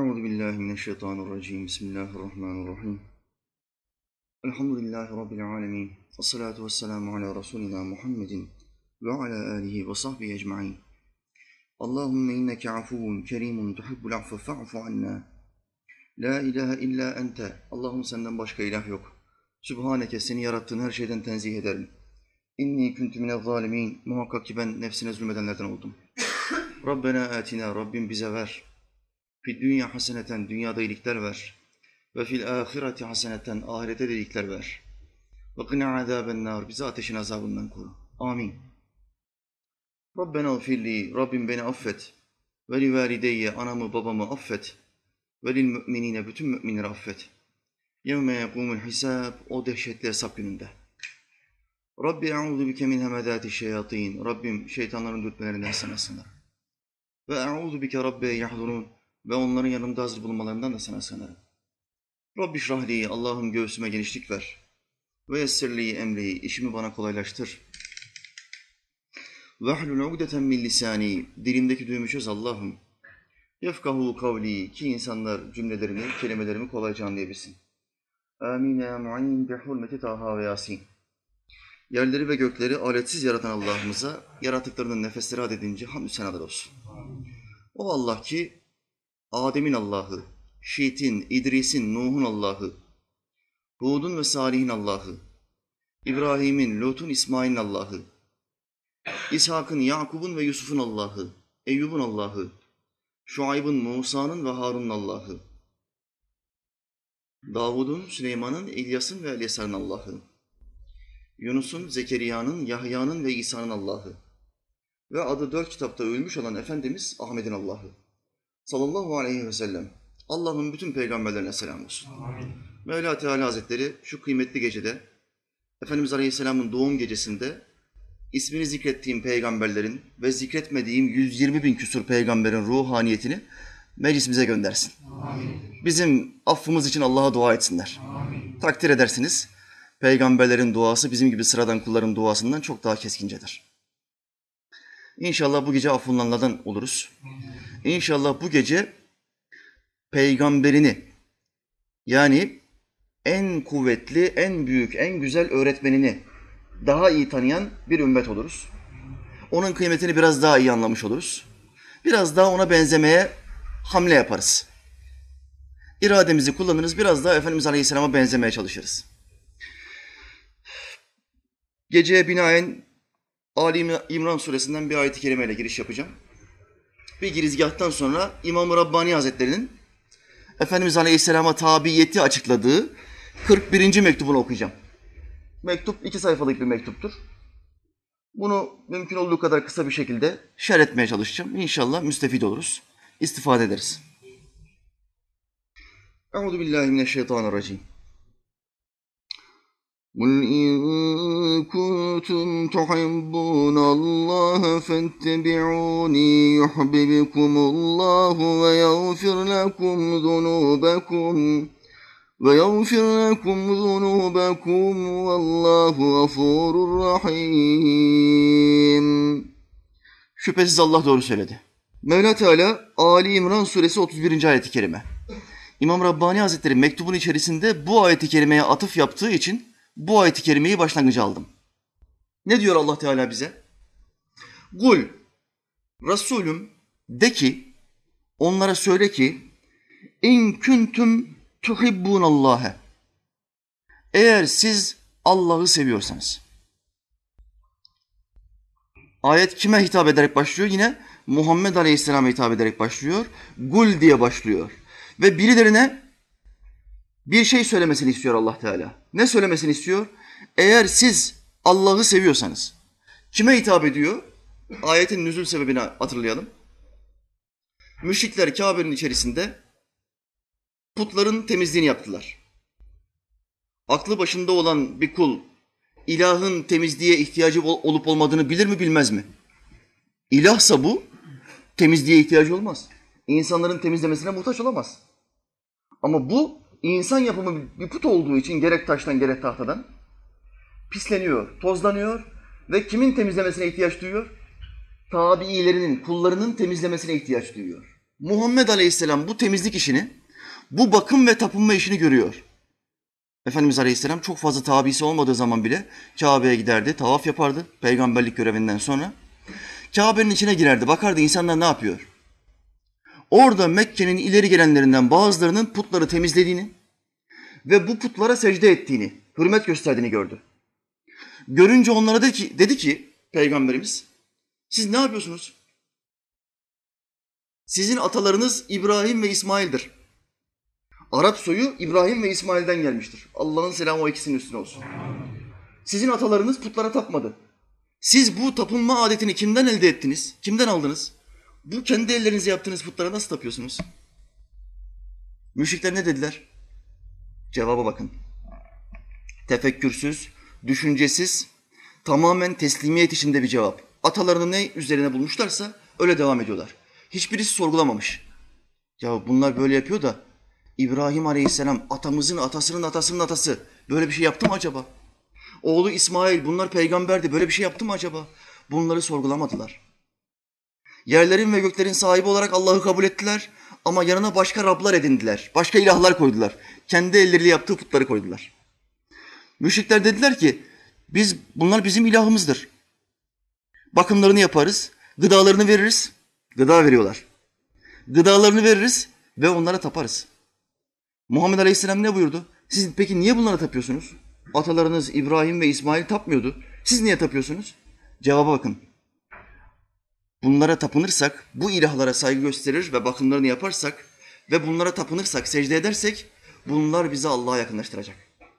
Euzubillahimineşşeytanirracim. Bismillahirrahmanirrahim. Elhamdülillahi Rabbil alemin. Esselatu vesselamu ala Resulina Muhammedin ve ala alihi ve sahbihi ecma'in. Allahümme inneke afuvun kerimun tuhibbul affe fa'fu anna. La ilahe illa ente. Allah'ım senden başka ilah yok. Sübhaneke, seni yarattığın her şeyden tenzih ederim. İnni kuntu minez zalimin. Muhakkak ki ben nefsine zulmedenlerden oldum. Rabbena atina, Rabbim bize ver. Fid dünya haseneten, dünyada iyilikler ver. Ve fil ahireti haseneten, ahirete de iyilikler ver. Ve qina azaben nar, bizi ateşin azabından koru. Amin. Rabbena ufirli, Rabbim beni affet. Ve li valideyye, anamı babamı affet. Ve lil müminine, bütün müminleri affet. Yevme yekumul hisab, o dehşetli hesap gününde. Rabbi e'udu bike min hemedati şeyatin, Rabbim şeytanların dürtmelerinden sana sığınırım. Ve e'udu bike Rabbi yahdurun, ve onların yanımda hazır bulunmalarından da sana sığınırım. Rabbi şrahli, Allah'ım göğsüme genişlik ver. Ve yessirli emri, işimi bana kolaylaştır. Vehlul ugdeten min lisani, dilimdeki düğümü çöz Allah'ım. Yefkahu kavli, ki insanlar cümlelerimi, kelimelerimi kolayca anlayabilsin. Amin ya mu'in bi hurmeti Taha ve Yasin. Yerleri ve gökleri aletsiz yaratan Allah'ımıza, yaratıklarının nefesleri adedince hamdü senalar olsun. O Allah ki, Adem'in Allah'ı, Şiit'in, İdris'in, Nuh'un Allah'ı, Hud'un ve Salih'in Allah'ı, İbrahim'in, Lut'un, İsmail'in Allah'ı, İshak'ın, Yakub'un ve Yusuf'un Allah'ı, Eyyub'un Allah'ı, Şuayb'ın, Musa'nın ve Harun'un Allah'ı, Davud'un, Süleyman'ın, İlyas'ın ve Elyasar'ın Allah'ı, Yunus'un, Zekeriya'nın, Yahya'nın ve İsa'nın Allah'ı ve adı 4 kitapta ölmüş olan Efendimiz Ahmet'in Allah'ı sallallahu aleyhi ve sellem. Allah'ın bütün peygamberlerine selam olsun. Amin. Mevla Teala Hazretleri şu kıymetli gecede, Efendimiz Aleyhisselam'ın doğum gecesinde ismini zikrettiğim peygamberlerin ve zikretmediğim 120 bin küsur peygamberin ruhaniyetini meclisimize göndersin. Amin. Bizim affımız için Allah'a dua etsinler. Amin. Takdir edersiniz, peygamberlerin duası bizim gibi sıradan kulların duasından çok daha keskincedir. İnşallah bu gece affolunanlardan oluruz. İnşallah bu gece peygamberini, yani en kuvvetli, en büyük, en güzel öğretmenini daha iyi tanıyan bir ümmet oluruz. Onun kıymetini biraz daha iyi anlamış oluruz. Biraz daha ona benzemeye hamle yaparız. İrademizi kullanırız, biraz daha Efendimiz Aleyhisselam'a benzemeye çalışırız. Geceye binaen Ali İmran suresinden bir ayet-i kerimeyle giriş yapacağım. Bir girizgahtan sonra İmam-ı Rabbani Hazretleri'nin Efendimiz Aleyhisselam'a tabiyeti açıkladığı 41. mektubunu okuyacağım. Mektup 2 sayfalık bir mektuptur. Bunu mümkün olduğu kadar kısa bir şekilde şerh etmeye çalışacağım. İnşallah müstefid oluruz, istifade ederiz. Euzubillahimineşşeytanirracim. قُلْ إِن كُنتُمْ تُحِبُّونَ اللّٰهَ فَاتَّبِعُونِي يُحْبِبْكُمُ اللّٰهُ وَيَغْفِرْ لَكُمْ ذُنُوبَكُمْ وَاللّٰهُ غَفُورٌ رَحِيمٌ. Şüphesiz Allah doğru söyledi. Mevla Teala Ali İmran suresi 31. ayet-i kerime. İmam Rabbani Hazretleri mektubun içerisinde bu ayet-i kerimeye atıf yaptığı için bu ayet-i kerimeyi başlangıca aldım. Ne diyor Allah Teala bize? Kul, Resulüm, de ki, onlara söyle ki, in kuntum tuhibbunallâhe. Eğer siz Allah'ı seviyorsanız. Ayet kime hitap ederek başlıyor? Yine Muhammed Aleyhisselam'a hitap ederek başlıyor. Kul diye başlıyor. Ve birilerine bir şey söylemesini istiyor Allah Teala. Ne söylemesini istiyor? Eğer siz Allah'ı seviyorsanız. Kime hitap ediyor? Ayetin nüzul sebebini hatırlayalım. Müşrikler Kabe'nin içerisinde putların temizliğini yaptılar. Aklı başında olan bir kul, ilahın temizliğe ihtiyacı olup olmadığını bilir mi bilmez mi? İlahsa bu, temizliğe ihtiyacı olmaz. İnsanların temizlemesine muhtaç olamaz. Ama bu, İnsan yapımı bir put olduğu için gerek taştan gerek tahtadan pisleniyor, tozlanıyor ve kimin temizlemesine ihtiyaç duyuyor? Tabiilerinin, kullarının temizlemesine ihtiyaç duyuyor. Muhammed Aleyhisselam bu temizlik işini, bu bakım ve tapınma işini görüyor. Efendimiz Aleyhisselam çok fazla tabisi olmadığı zaman bile Kabe'ye giderdi, tavaf yapardı peygamberlik görevinden sonra. Kabe'nin içine girerdi, bakardı insanlar ne yapıyor. Orada Mekke'nin ileri gelenlerinden bazılarının putları temizlediğini ve bu putlara secde ettiğini, hürmet gösterdiğini gördü. Görünce onlara dedi ki Peygamberimiz, siz ne yapıyorsunuz? Sizin atalarınız İbrahim ve İsmail'dir. Arap soyu İbrahim ve İsmail'den gelmiştir. Allah'ın selamı o ikisinin üstüne olsun. Sizin atalarınız putlara tapmadı. Siz bu tapınma adetini kimden elde ettiniz? Kimden aldınız? Bu kendi ellerinizle yaptığınız putlara nasıl tapıyorsunuz? Müşrikler ne dediler? Cevaba bakın. Tefekkürsüz, düşüncesiz, tamamen teslimiyet içinde bir cevap. Atalarını ne üzerine bulmuşlarsa öyle devam ediyorlar. Hiçbirisi sorgulamamış. Ya bunlar böyle yapıyor da İbrahim Aleyhisselam atamızın atasının atasının atası böyle bir şey yaptı mı acaba? Oğlu İsmail bunlar peygamberdi böyle bir şey yaptı mı acaba? Bunları sorgulamadılar. Yerlerin ve göklerin sahibi olarak Allah'ı kabul ettiler ama yanına başka Rablar edindiler. Başka ilahlar koydular. Kendi elleriyle yaptığı putları koydular. Müşrikler dediler ki bunlar bizim ilahımızdır. Bakımlarını yaparız, gıdalarını veririz. Gıda veriyorlar. Gıdalarını veririz ve onlara taparız. Muhammed Aleyhisselam ne buyurdu? Siz peki niye bunlara tapıyorsunuz? Atalarınız İbrahim ve İsmail tapmıyordu. Siz niye tapıyorsunuz? Cevaba bakın. Bunlara tapınırsak, bu ilahlara saygı gösterir ve bakımlarını yaparsak ve bunlara tapınırsak, secde edersek bunlar bizi Allah'a yakınlaştıracak.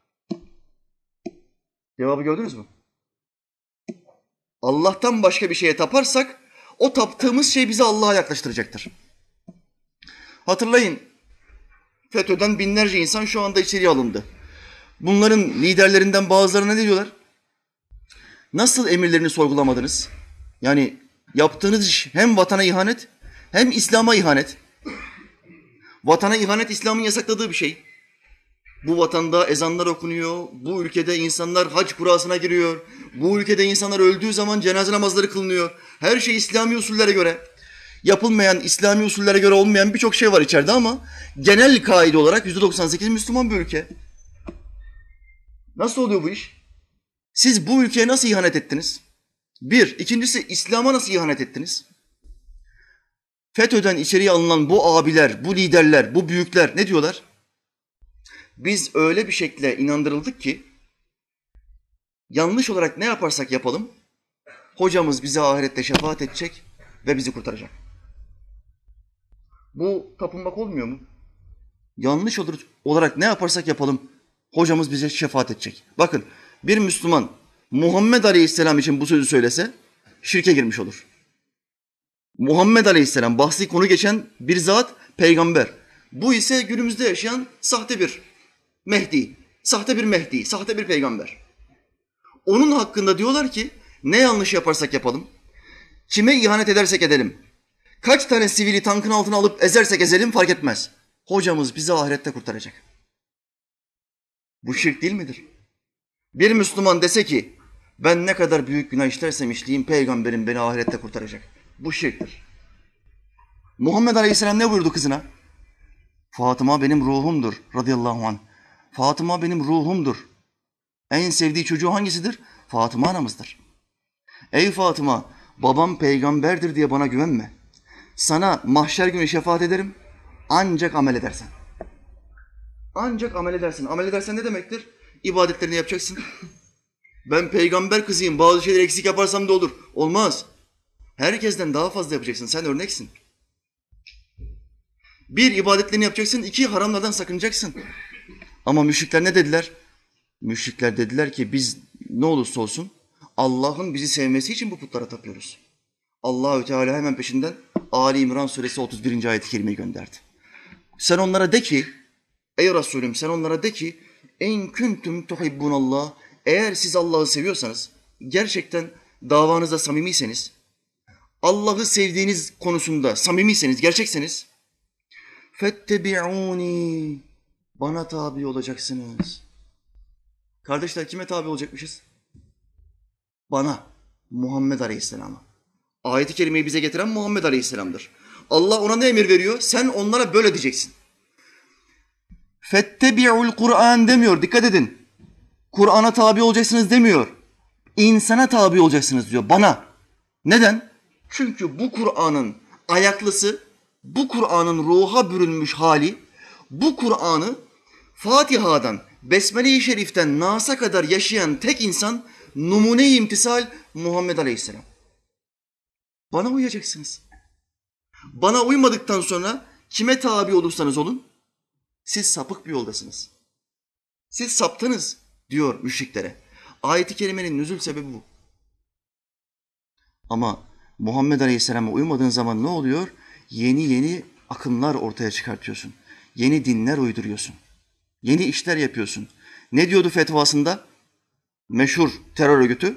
Cevabı gördünüz mü? Allah'tan başka bir şeye taparsak o taptığımız şey bizi Allah'a yaklaştıracaktır. Hatırlayın, FETÖ'den binlerce insan şu anda içeriye alındı. Bunların liderlerinden bazılarına ne diyorlar? Nasıl emirlerini sorgulamadınız? Yani yaptığınız iş hem vatana ihanet hem İslam'a ihanet. Vatana ihanet İslam'ın yasakladığı bir şey. Bu vatanda ezanlar okunuyor, bu ülkede insanlar hac kurasına giriyor, bu ülkede insanlar öldüğü zaman cenaze namazları kılınıyor. Her şey İslami usullere göre. Yapılmayan, İslami usullere göre olmayan birçok şey var içeride ama genel kaide olarak %98 Müslüman bir ülke. Nasıl oluyor bu iş? Siz bu ülkeye nasıl ihanet ettiniz? Bir. İkincisi İslam'a nasıl ihanet ettiniz? FETÖ'den içeriye alınan bu abiler, bu liderler, bu büyükler ne diyorlar? Biz öyle bir şekilde inandırıldık ki yanlış olarak ne yaparsak yapalım hocamız bize ahirette şefaat edecek ve bizi kurtaracak. Bu tapınmak olmuyor mu? Yanlış olarak ne yaparsak yapalım hocamız bize şefaat edecek. Bakın bir Müslüman Muhammed Aleyhisselam için bu sözü söylese şirke girmiş olur. Muhammed Aleyhisselam bahsi konu geçen bir zat peygamber. Bu ise günümüzde yaşayan sahte bir Mehdi, sahte bir peygamber. Onun hakkında diyorlar ki ne yanlış yaparsak yapalım, kime ihanet edersek edelim, kaç tane sivili tankın altına alıp ezersek ezelim fark etmez. Hocamız bizi ahirette kurtaracak. Bu şirk değil midir? Bir Müslüman dese ki ben ne kadar büyük günah işlersem işleyeyim peygamberim beni ahirette kurtaracak. Bu şirktir. Muhammed Aleyhisselam ne buyurdu kızına? Fatıma benim ruhumdur radıyallahu anh. Fatıma benim ruhumdur. En sevdiği çocuğu hangisidir? Fatıma anamızdır. Ey Fatıma, babam peygamberdir diye bana güvenme. Sana mahşer günü şefaat ederim, ancak amel edersen. Ancak amel edersin. Amel edersen ne demektir? İbadetlerini yapacaksın. Ben peygamber kızıyım, bazı şeyleri eksik yaparsam da olur. Olmaz. Herkesten daha fazla yapacaksın, sen örneksin. Bir, ibadetlerini yapacaksın, iki, haramlardan sakınacaksın. Ama müşrikler ne dediler? Müşrikler dediler ki biz ne olursa olsun Allah'ın bizi sevmesi için bu putlara tapıyoruz. Allahü Teala hemen peşinden Ali İmran suresi 31. ayet-i kerimeyi gönderdi. Sen onlara de ki, ey Resulüm sen onlara de ki, en kuntum tuhibbunallah, eğer siz Allah'ı seviyorsanız, gerçekten davanızda samimiyseniz, Allah'ı sevdiğiniz konusunda samimiyseniz, gerçekseniz, fettebi'uni, bana tabi olacaksınız. Kardeşler kime tabi olacakmışız? Bana, Muhammed Aleyhisselam'a. Ayet-i kerimeyi bize getiren Muhammed Aleyhisselam'dır. Allah ona ne emir veriyor? Sen onlara böyle diyeceksin. Fettebi'ul Kur'an demiyor, dikkat edin. Kur'an'a tabi olacaksınız demiyor. İnsana tabi olacaksınız diyor, bana. Neden? Çünkü bu Kur'an'ın ayaklısı, bu Kur'an'ın ruha bürünmüş hali, bu Kur'an'ı Fatiha'dan, Besmele-i Şerif'ten Nas'a kadar yaşayan tek insan numune-i imtisal Muhammed Aleyhisselam. Bana uyacaksınız. Bana uymadıktan sonra kime tabi olursanız olun, siz sapık bir yoldasınız. Siz saptınız diyor müşriklere. Ayet-i kerimenin nüzul sebebi bu. Ama Muhammed Aleyhisselam'a uymadığın zaman ne oluyor? Yeni akımlar ortaya çıkartıyorsun. Yeni dinler uyduruyorsun. Yeni işler yapıyorsun. Ne diyordu fetvasında? Meşhur terör örgütü.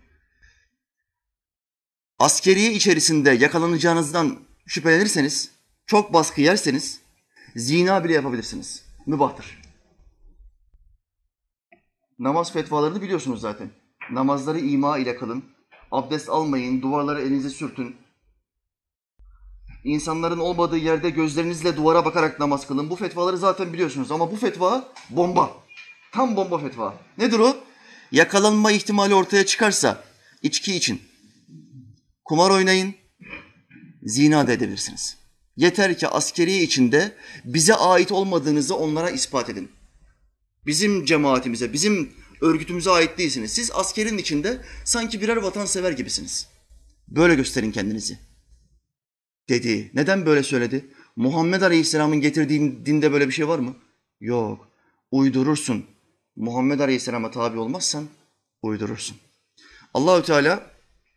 Askeriye içerisinde yakalanacağınızdan şüphelenirseniz, çok baskı yerseniz, zina bile yapabilirsiniz. Mübahtır. Namaz fetvalarını biliyorsunuz zaten. Namazları ima ile kılın. Abdest almayın, duvarlara elinizi sürtün. İnsanların olmadığı yerde gözlerinizle duvara bakarak namaz kılın. Bu fetvaları zaten biliyorsunuz ama bu fetva bomba. Tam bomba fetva. Nedir o? Yakalanma ihtimali ortaya çıkarsa içki için, kumar oynayın, zina da edebilirsiniz. Yeter ki askeriye içinde bize ait olmadığınızı onlara ispat edin. Bizim cemaatimize, bizim örgütümüze ait değilsiniz. Siz askerin içinde sanki birer vatansever gibisiniz. Böyle gösterin kendinizi. Dedi. Neden böyle söyledi? Muhammed Aleyhisselam'ın getirdiği dinde böyle bir şey var mı? Yok. Uydurursun. Muhammed Aleyhisselam'a tabi olmazsan uydurursun. Allahü Teala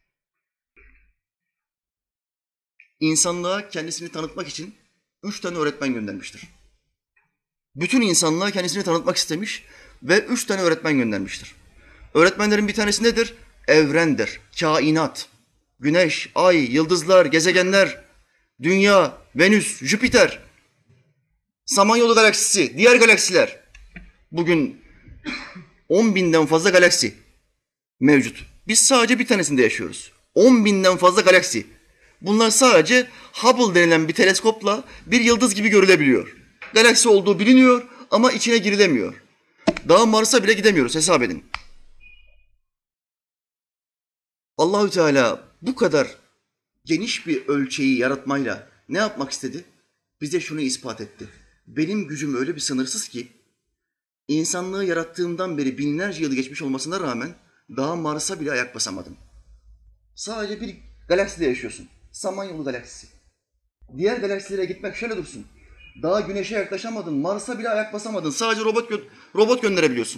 insanlığa kendisini tanıtmak için 3 tane öğretmen göndermiştir. Bütün insanlığa kendisini tanıtmak istemiş ve 3 tane öğretmen göndermiştir. Öğretmenlerin bir tanesi nedir? Evrendir, kainat, güneş, ay, yıldızlar, gezegenler, dünya, Venüs, Jüpiter, Samanyolu galaksisi, diğer galaksiler. Bugün 10.000'den fazla galaksi mevcut. Biz sadece bir tanesinde yaşıyoruz. 10.000'den fazla galaksi. Bunlar sadece Hubble denilen bir teleskopla bir yıldız gibi görülebiliyor. Galaksi olduğu biliniyor ama içine girilemiyor. Daha Mars'a bile gidemiyoruz, hesap edin. Allahü Teala bu kadar geniş bir ölçeği yaratmayla ne yapmak istedi? Bize şunu ispat etti. Benim gücüm öyle bir sınırsız ki, insanlığı yarattığımdan beri binlerce yıl geçmiş olmasına rağmen daha Mars'a bile ayak basamadım. Sadece bir galakside yaşıyorsun. Samanyolu galaksisi. Diğer galaksilere gitmek şöyle dursun. Daha Güneş'e yaklaşamadın, Mars'a bile ayak basamadın. Sadece robot gönderebiliyorsun.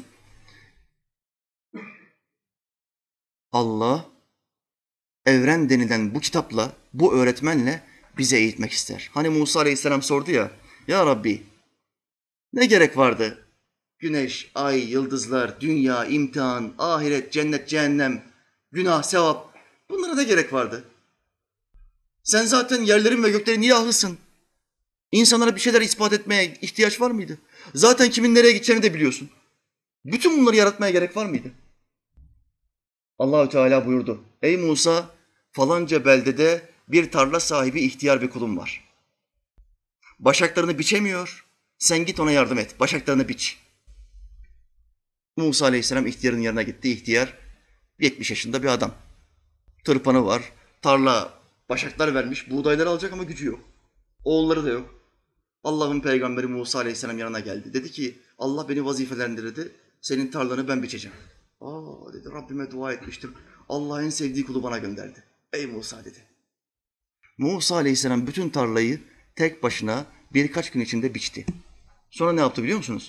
Allah, evren denilen bu kitapla, bu öğretmenle bize eğitmek ister. Hani Musa Aleyhisselam sordu ya, Ya Rabbi, ne gerek vardı? Güneş, ay, yıldızlar, dünya, imtihan, ahiret, cennet, cehennem, günah, sevap, bunlara ne gerek vardı? Sen zaten yerlerin ve göklerin ilahısın. İnsanlara bir şeyler ispat etmeye ihtiyaç var mıydı? Zaten kimin nereye gideceğini de biliyorsun. Bütün bunları yaratmaya gerek var mıydı? Allahü Teala buyurdu. Ey Musa, falanca beldede bir tarla sahibi ihtiyar bir kulum var. Başaklarını biçemiyor. Sen git ona yardım et. Başaklarını biç. Musa Aleyhisselam ihtiyarın yanına gitti. İhtiyar 70 yaşında bir adam. Tırpanı var. Tarla başaklar vermiş. Buğdayları alacak ama gücü yok. Oğulları da yok. Allah'ın peygamberi Musa Aleyhisselam yanına geldi. Dedi ki Allah beni vazifelendirdi. Senin tarlanı ben biçeceğim. Aa dedi, Rabbime dua etmiştim. Allah en sevdiği kulu bana gönderdi. Ey Musa dedi. Musa Aleyhisselam bütün tarlayı tek başına birkaç gün içinde biçti. Sonra ne yaptı biliyor musunuz?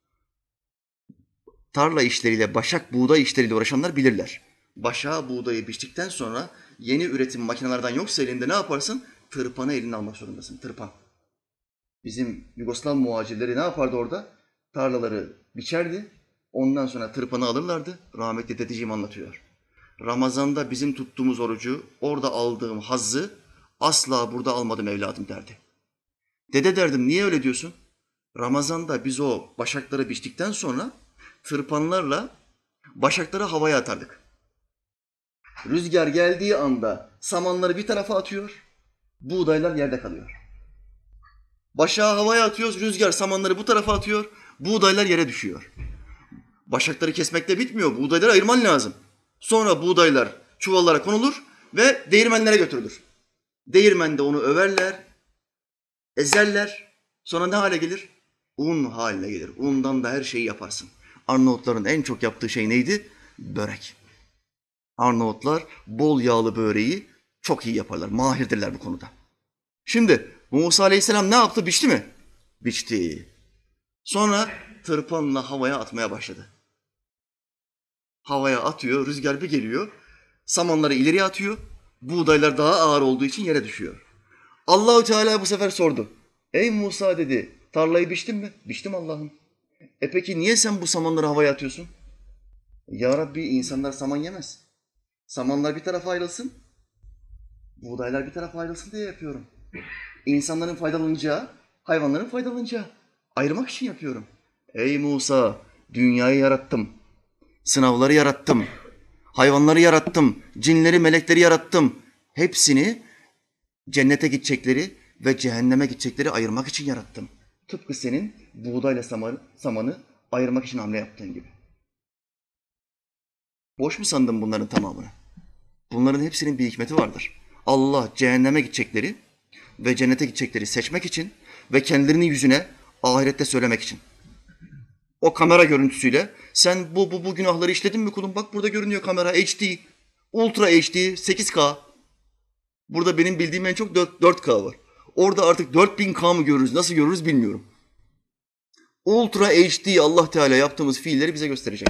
Tarla işleriyle, başak buğday işleriyle uğraşanlar bilirler. Başağı buğdayı biçtikten sonra yeni üretim makinelerden yoksa elinde ne yaparsın? Tırpanı eline almak zorundasın, tırpan. Bizim Yugoslav muhacirleri ne yapardı orada? Tarlaları biçerdi, ondan sonra tırpanı alırlardı. Rahmetli dedeciğim anlatıyor. Ramazan'da bizim tuttuğumuz orucu, orada aldığım hazzı asla burada almadım evladım derdi. Dede derdim, niye öyle diyorsun? Ramazan'da biz o başakları biçtikten sonra tırpanlarla başakları havaya atardık. Rüzgar geldiği anda samanları bir tarafa atıyor, Buğdaylar yerde kalıyor. Başağı havaya atıyoruz, rüzgar samanları bu tarafa atıyor, buğdaylar yere düşüyor. Başakları kesmekle bitmiyor, buğdayları ayırman lazım. Sonra buğdaylar çuvallara konulur ve değirmenlere götürülür. Değirmende onu överler, ezerler. Sonra ne hale gelir? Un haline gelir. Undan da her şeyi yaparsın. Arnavutların en çok yaptığı şey neydi? Börek. Arnavutlar bol yağlı böreği çok iyi yaparlar. Mahirdirler bu konuda. Şimdi Musa Aleyhisselam ne yaptı? Biçti mi? Biçti. Sonra tırpanla havaya atmaya başladı. Havaya atıyor, rüzgar bir geliyor. Samanları ileriye atıyor. Buğdaylar daha ağır olduğu için yere düşüyor. Allahu Teala bu sefer sordu. Ey Musa dedi, tarlayı biçtin mi? Biçtim Allah'ım. Peki niye sen bu samanları havaya atıyorsun? Ya Rabbi, insanlar saman yemez. Samanlar bir tarafa ayrılsın, buğdaylar bir tarafa ayrılsın diye yapıyorum. İnsanların faydalanacağı, hayvanların faydalanacağı. Ayırmak için yapıyorum. Ey Musa, dünyayı yarattım. Sınavları yarattım. Hayvanları yarattım. Cinleri, melekleri yarattım. Hepsini cennete gidecekleri ve cehenneme gidecekleri ayırmak için yarattım. Tıpkı senin buğdayla samanı ayırmak için hamle yaptığın gibi. Boş mu sandın bunların tamamını? Bunların hepsinin bir hikmeti vardır. Allah cehenneme gidecekleri ve cennete gidecekleri seçmek için ve kendilerinin yüzüne ahirette söylemek için. O kamera görüntüsüyle sen bu günahları işledin mi kulum? Bak burada görünüyor kamera HD, Ultra HD, 8K. Burada benim bildiğim en çok 4K var. Orada artık 4000K mı görürüz, nasıl görürüz bilmiyorum. Ultra HD Allah Teala yaptığımız fiilleri bize gösterecek.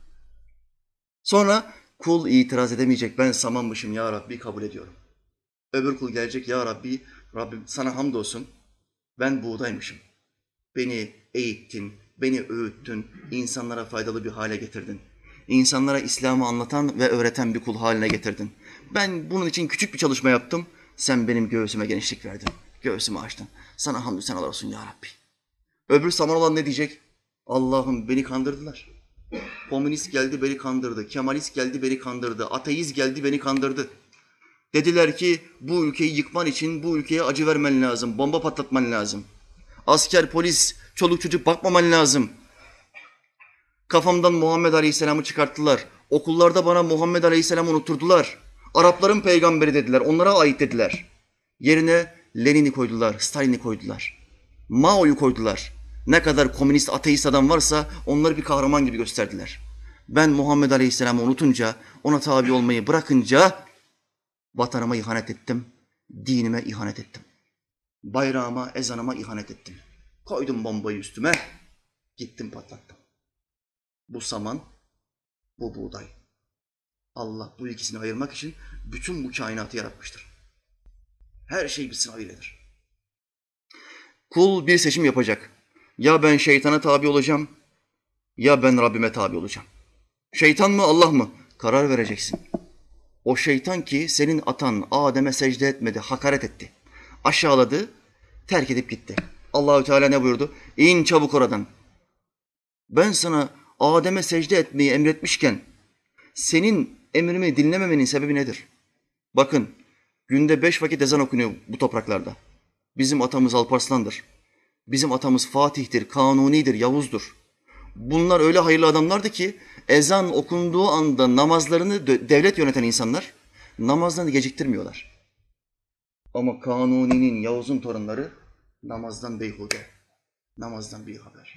Sonra kul itiraz edemeyecek. Ben samanmışım ya Rabbi, kabul ediyorum. Öbür kul gelecek, ya Rabbi, Rabbim sana hamdolsun. Ben buğdaymışım. Beni eğittin, beni öğüttün, insanlara faydalı bir hale getirdin. İnsanlara İslam'ı anlatan ve öğreten bir kul haline getirdin. Ben bunun için küçük bir çalışma yaptım. Sen benim göğsüme genişlik verdin. Göğsümü açtın. Sana hamdü senalar olsun ya Rabbi. Öbür saman olan ne diyecek? Allah'ım beni kandırdılar. Komünist geldi beni kandırdı. Kemalist geldi beni kandırdı. Ateist geldi beni kandırdı. Dediler ki bu ülkeyi yıkman için bu ülkeye acı vermen lazım. Bomba patlatman lazım. Asker, polis, çoluk çocuk bakmaman lazım. Kafamdan Muhammed Aleyhisselam'ı çıkarttılar. Okullarda bana Muhammed Aleyhisselam'ı unutturdular. Arapların peygamberi dediler. Onlara ait dediler. Yerine Lenin'i koydular, Stalin'i koydular. Mao'yu koydular. Ne kadar komünist, ateist adam varsa onları bir kahraman gibi gösterdiler. Ben Muhammed Aleyhisselam'ı unutunca, ona tabi olmayı bırakınca vatanıma ihanet ettim, dinime ihanet ettim. Bayrağıma, ezanıma ihanet ettim. Koydum bombayı üstüme, gittim patlattım. Bu saman, bu buğday. Allah bu ikisini ayırmak için bütün bu kainatı yaratmıştır. Her şey bir sırayladır. Kul bir seçim yapacak. Ya ben şeytana tabi olacağım, ya ben Rabbime tabi olacağım. Şeytan mı, Allah mı? Karar vereceksin. O şeytan ki senin atan Adem'e secde etmedi, hakaret etti. Aşağıladı, terk edip gitti. Allahü Teala ne buyurdu? İn çabuk oradan. Ben sana Adem'e secde etmeyi emretmişken senin emrimi dinlememenin sebebi nedir? Bakın, günde 5 vakit ezan okunuyor bu topraklarda. Bizim atamız Alparslan'dır. Bizim atamız Fatih'tir, Kanuni'dir, Yavuz'dur. Bunlar öyle hayırlı adamlardı ki ezan okunduğu anda namazlarını devlet yöneten insanlar namazlarını geciktirmiyorlar. Ama Kanuni'nin, Yavuz'un torunları namazdan beyhude, namazdan bir haber.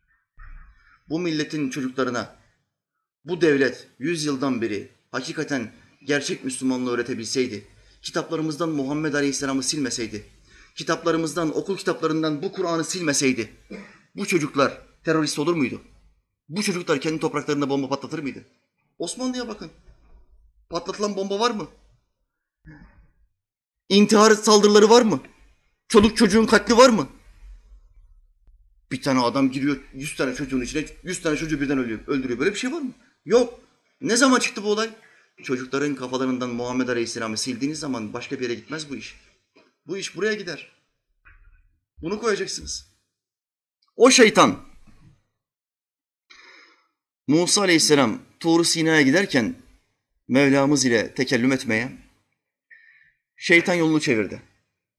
Bu milletin çocuklarına bu devlet 100 yıldan beri hakikaten gerçek Müslümanlığı öğretebilseydi, kitaplarımızdan Muhammed Aleyhisselam'ı silmeseydi, kitaplarımızdan, okul kitaplarından bu Kur'an'ı silmeseydi, bu çocuklar terörist olur muydu? Bu çocuklar kendi topraklarında bomba patlatır mıydı? Osmanlı'ya bakın. Patlatılan bomba var mı? İntihar saldırıları var mı? Çoluk çocuğun katli var mı? Bir tane adam giriyor 100 tane çocuğun içine, 100 tane çocuğu birden öldürüyor. Böyle bir şey var mı? Yok. Ne zaman çıktı bu olay? Çocukların kafalarından Muhammed Aleyhisselam'ı sildiğiniz zaman başka bir yere gitmez bu iş. Bu iş buraya gider. Bunu koyacaksınız. O şeytan, Musa Aleyhisselam Tur-u Sina'ya giderken Mevlamız ile tekellüm etmeye şeytan yolunu çevirdi.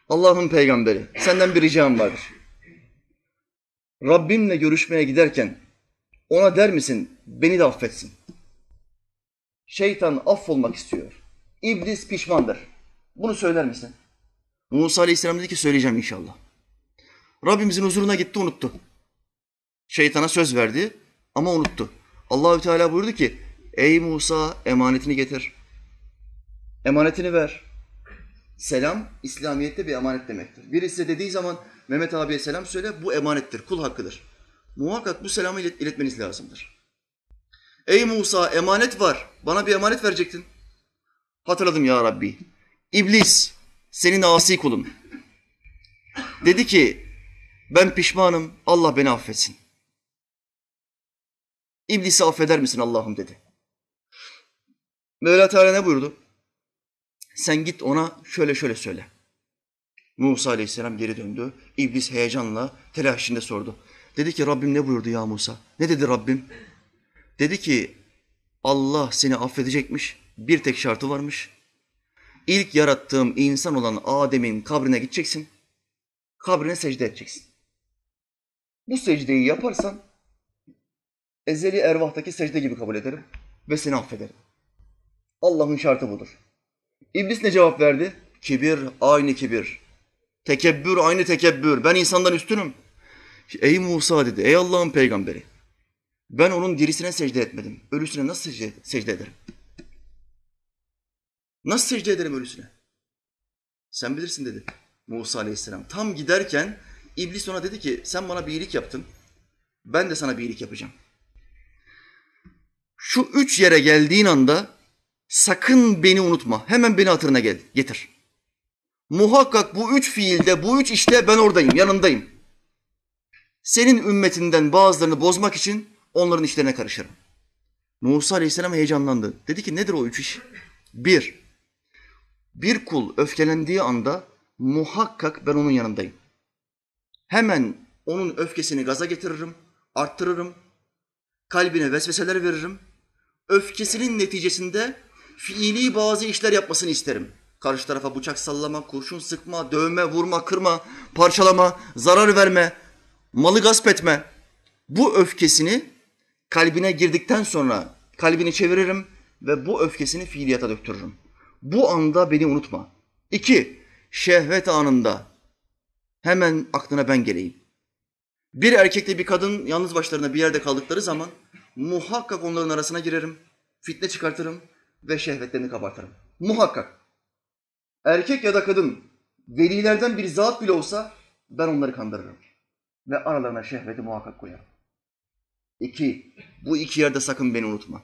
Allah'ın peygamberi, senden bir ricam vardır. Rabbimle görüşmeye giderken ona der misin, beni de affetsin? Şeytan affolmak istiyor. İblis pişmandır. Bunu söyler misin? Musa Aleyhisselam dedi ki söyleyeceğim inşallah. Rabbimizin huzuruna gitti, unuttu. Şeytana söz verdi ama unuttu. Allahü Teala buyurdu ki, ey Musa emanetini getir. Emanetini ver. Selam, İslamiyet'te bir emanet demektir. Birisi size dediği zaman Mehmet abiye selam söyle, bu emanettir, kul hakkıdır. Muhakkak bu selamı iletmeniz lazımdır. Ey Musa emanet var, bana bir emanet verecektin. Hatırladım ya Rabbi. İblis, senin asi kulun. Dedi ki, ben pişmanım, Allah beni affetsin. İblisi affeder misin Allah'ım dedi. Mevla Teala ne buyurdu? Sen git ona şöyle şöyle söyle. Musa Aleyhisselam geri döndü. İblis heyecanla, telaş içinde sordu. Dedi ki Rabbim ne buyurdu ya Musa? Ne dedi Rabbim? Dedi ki Allah seni affedecekmiş. Bir tek şartı varmış. İlk yarattığım insan olan Adem'in kabrine gideceksin. Kabrine secde edeceksin. Bu secdeyi yaparsan ezeli ervahtaki secde gibi kabul ederim ve seni affederim. Allah'ın şartı budur. İblis ne cevap verdi? Kibir aynı kibir. Tekebbür aynı tekebbür. Ben insandan üstünüm. Ey Musa dedi, ey Allah'ın peygamberi. Ben onun dirisine secde etmedim. Ölüsüne nasıl secde ederim? Nasıl secde ederim ölüsüne? Sen bilirsin dedi Musa Aleyhisselam. Tam giderken İblis ona dedi ki sen bana bir iyilik yaptın. Ben de sana bir iyilik yapacağım. Şu 3 yere geldiğin anda sakın beni unutma. Hemen beni hatırına getir. Muhakkak bu 3 fiilde, bu 3 işte ben oradayım, yanındayım. Senin ümmetinden bazılarını bozmak için onların işlerine karışırım. Musa Aleyhisselam heyecanlandı. Dedi ki nedir o 3 iş? Bir kul öfkelendiği anda muhakkak ben onun yanındayım. Hemen onun öfkesini gaza getiririm, arttırırım. Kalbine vesveseler veririm. Öfkesinin neticesinde fiili bazı işler yapmasını isterim. Karşı tarafa bıçak sallama, kurşun sıkma, dövme, vurma, kırma, parçalama, zarar verme, malı gasp etme. Bu öfkesini kalbine girdikten sonra kalbini çeviririm ve bu öfkesini fiiliyata döktürürüm. Bu anda beni unutma. 2, şehvet anında hemen aklına ben geleyim. Bir erkekle bir kadın yalnız başlarına bir yerde kaldıkları zaman muhakkak onların arasına girerim, fitne çıkartırım ve şehvetlerini kabartırım. Muhakkak. Erkek ya da kadın, velilerden bir zat bile olsa ben onları kandırırım. Ve aralarına şehveti muhakkak koyarım. 2, bu 2 yerde sakın beni unutma.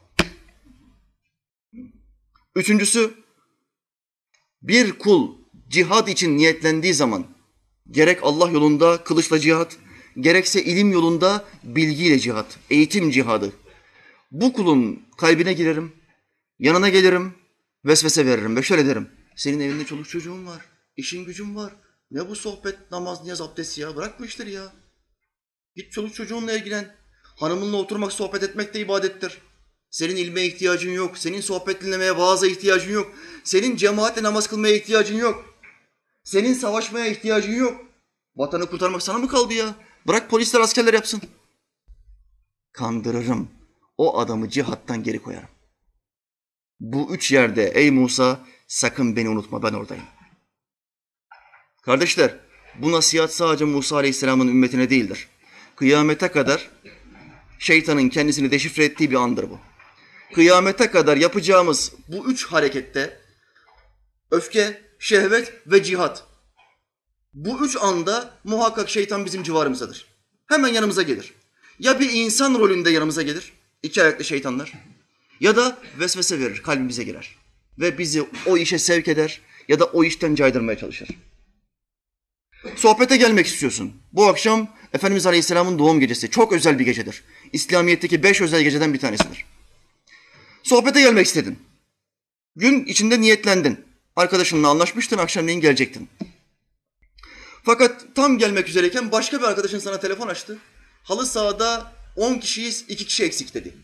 3'üncüsü, bir kul cihad için niyetlendiği zaman, gerek Allah yolunda kılıçla cihat, gerekse ilim yolunda bilgiyle cihat, eğitim cihadı. Bu kulun kalbine girerim, yanına gelirim, vesvese veririm ve şöyle derim. Senin evinde çoluk çocuğun var, işin gücün var. Ne bu sohbet, namaz, niyaz, abdest ya? Bırak bu işleri ya. Git çoluk çocuğunla ilgilen. Hanımınla oturmak, sohbet etmek de ibadettir. Senin ilme ihtiyacın yok. Senin sohbet dinlemeye, vaaza ihtiyacın yok. Senin cemaatle namaz kılmaya ihtiyacın yok. Senin savaşmaya ihtiyacın yok. Vatanı kurtarmak sana mı kaldı ya? Bırak polisler, askerler yapsın. Kandırırım. O adamı cihattan geri koyarım. Bu 3 yerde ey Musa sakın beni unutma, ben oradayım. Kardeşler, bu nasihat sadece Musa Aleyhisselam'ın ümmetine değildir. Kıyamete kadar şeytanın kendisini deşifre ettiği bir andır bu. Kıyamete kadar yapacağımız bu 3 harekette öfke, şehvet ve cihat. Bu 3 anda muhakkak şeytan bizim civarımızdadır. Hemen yanımıza gelir. Ya bir insan rolünde yanımıza gelir, 2 ayaklı şeytanlar, ya da vesvese verir, kalbimize girer. Ve bizi o işe sevk eder ya da o işten caydırmaya çalışır. Sohbete gelmek istiyorsun. Bu akşam Efendimiz Aleyhisselam'ın doğum gecesi. Çok özel bir gecedir. İslamiyet'teki 5 özel geceden bir tanesidir. Sohbete gelmek istedin. Gün içinde niyetlendin. Arkadaşınla anlaşmıştın, akşamleyin gelecektin. Fakat tam gelmek üzereyken başka bir arkadaşın sana telefon açtı. Halı sahada 10 kişiyiz, 2 kişi eksik dedi.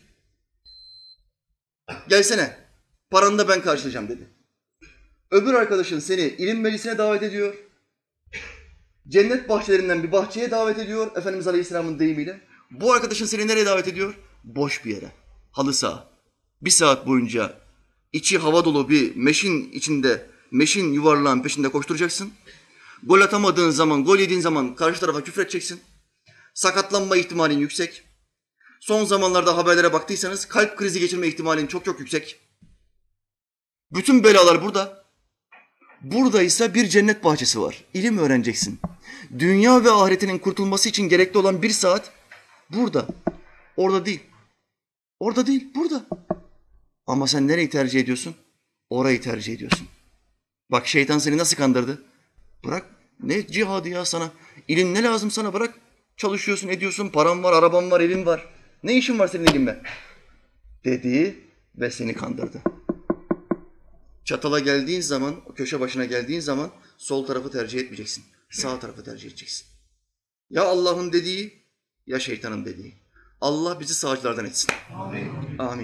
Gelsene, paranı da ben karşılayacağım dedi. Öbür arkadaşın seni ilim meclisine davet ediyor. Cennet bahçelerinden bir bahçeye davet ediyor Efendimiz Aleyhisselam'ın deyimiyle. Bu arkadaşın seni nereye davet ediyor? Boş bir yere. Halı saha. 1 saat boyunca içi hava dolu bir meşin içinde, meşin yuvarlağın peşinde koşturacaksın. Gol atamadığın zaman, gol yediğin zaman karşı tarafa küfür edeceksin. Sakatlanma ihtimalin yüksek. Son zamanlarda haberlere baktıysanız kalp krizi geçirme ihtimalin çok çok yüksek. Bütün belalar burada. Burada ise bir cennet bahçesi var. İlim öğreneceksin. Dünya ve ahiretinin kurtulması için gerekli olan 1 saat burada. Orada değil. Orada değil, burada. Ama sen nereyi tercih ediyorsun? Orayı tercih ediyorsun. Bak şeytan seni nasıl kandırdı? Bırak, ne cihadı ya sana? İlim ne lazım sana, bırak. Çalışıyorsun, ediyorsun, paran var, araban var, evin var. Ne işin var senin elimde? Dedi ve seni kandırdı. Çatala geldiğin zaman, köşe başına geldiğin zaman sol tarafı tercih etmeyeceksin. Sağ tarafı tercih edeceksin. Ya Allah'ın dediği ya şeytanın dediği. Allah bizi sağcılardan etsin. Amin. Amin.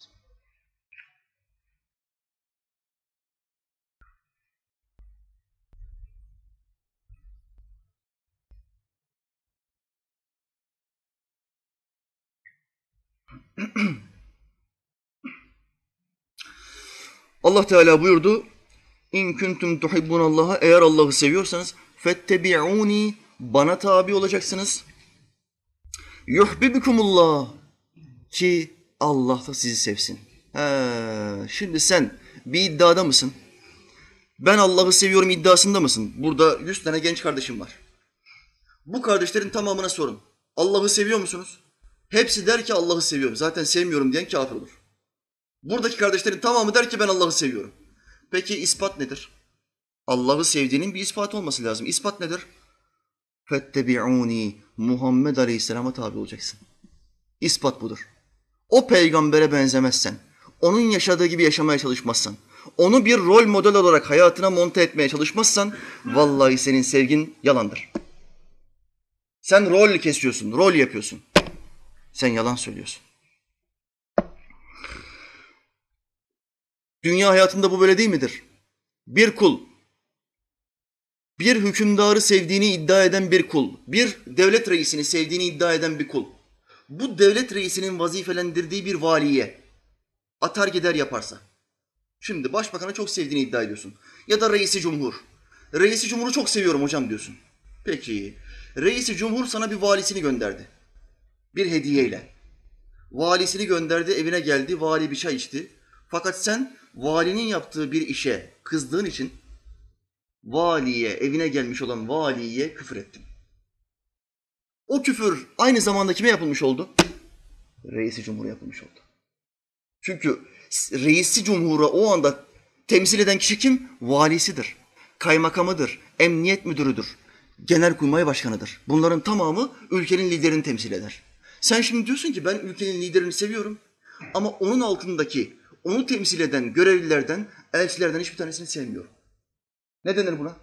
Allah Teala buyurdu. İn kuntum tuhibbunallaha, eğer Allah'ı seviyorsanız fettebi'uni, bana tabi olacaksınız. Yuhibbukumullah, ki Allah da sizi sevsin. Şimdi sen bir iddiada mısın? Ben Allah'ı seviyorum iddiasında mısın? Burada 100 tane genç kardeşim var. Bu kardeşlerin tamamına sorun. Allah'ı seviyor musunuz? Hepsi der ki Allah'ı seviyorum. Zaten sevmiyorum diyen kafir olur. Buradaki kardeşlerin tamamı der ki ben Allah'ı seviyorum. Peki ispat nedir? Allah'ı sevdiğinin bir ispatı olması lazım. İspat nedir? Fettebi'uni, Muhammed Aleyhisselam'a tabi olacaksın. İspat budur. O peygambere benzemezsen, onun yaşadığı gibi yaşamaya çalışmazsan, onu bir rol model olarak hayatına monte etmeye çalışmazsan, vallahi senin sevgin yalandır. Sen rol kesiyorsun, rol yapıyorsun. Sen yalan söylüyorsun. Dünya hayatında bu böyle değil midir? Bir kul, bir hükümdarı sevdiğini iddia eden bir kul, bir devlet reisini sevdiğini iddia eden bir kul, bu devlet reisinin vazifelendirdiği bir valiye atar gider yaparsa, şimdi başbakanı çok sevdiğini iddia ediyorsun ya da reisi cumhur, reisi cumhuru çok seviyorum hocam diyorsun. Peki, reisi cumhur sana bir valisini gönderdi, bir hediyeyle. Valisini gönderdi, evine geldi, vali bir çay içti. Fakat sen valinin yaptığı bir işe kızdığın için valiye, evine gelmiş olan valiye küfür ettin. O küfür aynı zamanda kime yapılmış oldu? Reisi cumhura yapılmış oldu. Çünkü reisi cumhura o anda temsil eden kişi kim? Valisidir, kaymakamıdır, emniyet müdürüdür, genelkurmay başkanıdır. Bunların tamamı ülkenin liderini temsil eder. Sen şimdi diyorsun ki ben ülkenin liderini seviyorum ama onun altındaki, onu temsil eden görevlilerden, elçilerden hiçbir tanesini sevmiyorum. Ne denir buna?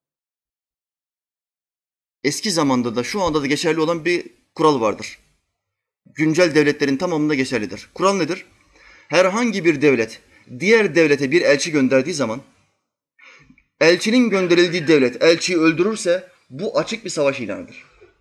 Eski zamanda da şu anda da geçerli olan bir kural vardır. Güncel devletlerin tamamında geçerlidir. Kural nedir? Herhangi bir devlet diğer devlete bir elçi gönderdiği zaman elçinin gönderildiği devlet elçiyi öldürürse bu açık bir savaş ilanıdır.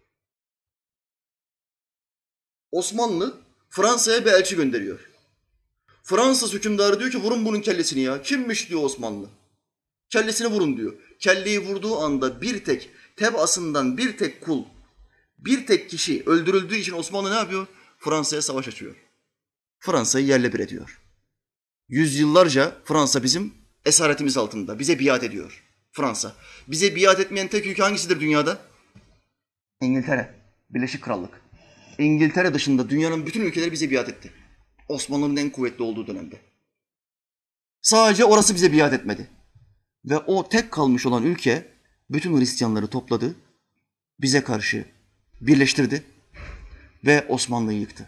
Osmanlı Fransa'ya bir elçi gönderiyor. Fransız hükümdarı diyor ki vurun bunun kellesini ya. Kimmiş diyor Osmanlı. Kellesini vurun diyor. Kelleyi vurduğu anda bir tek tebaasından bir tek kul, bir tek kişi öldürüldüğü için Osmanlı ne yapıyor? Fransa'ya savaş açıyor. Fransa'yı yerle bir ediyor. Yüzyıllarca Fransa bizim esaretimiz altında. Bize biat ediyor Fransa. Bize biat etmeyen tek ülke hangisidir dünyada? İngiltere, Birleşik Krallık. İngiltere dışında dünyanın bütün ülkeleri bize biat etti. Osmanlı'nın en kuvvetli olduğu dönemde. Sadece orası bize biat etmedi. Ve o tek kalmış olan ülke bütün Hristiyanları topladı, bize karşı birleştirdi ve Osmanlı'yı yıktı.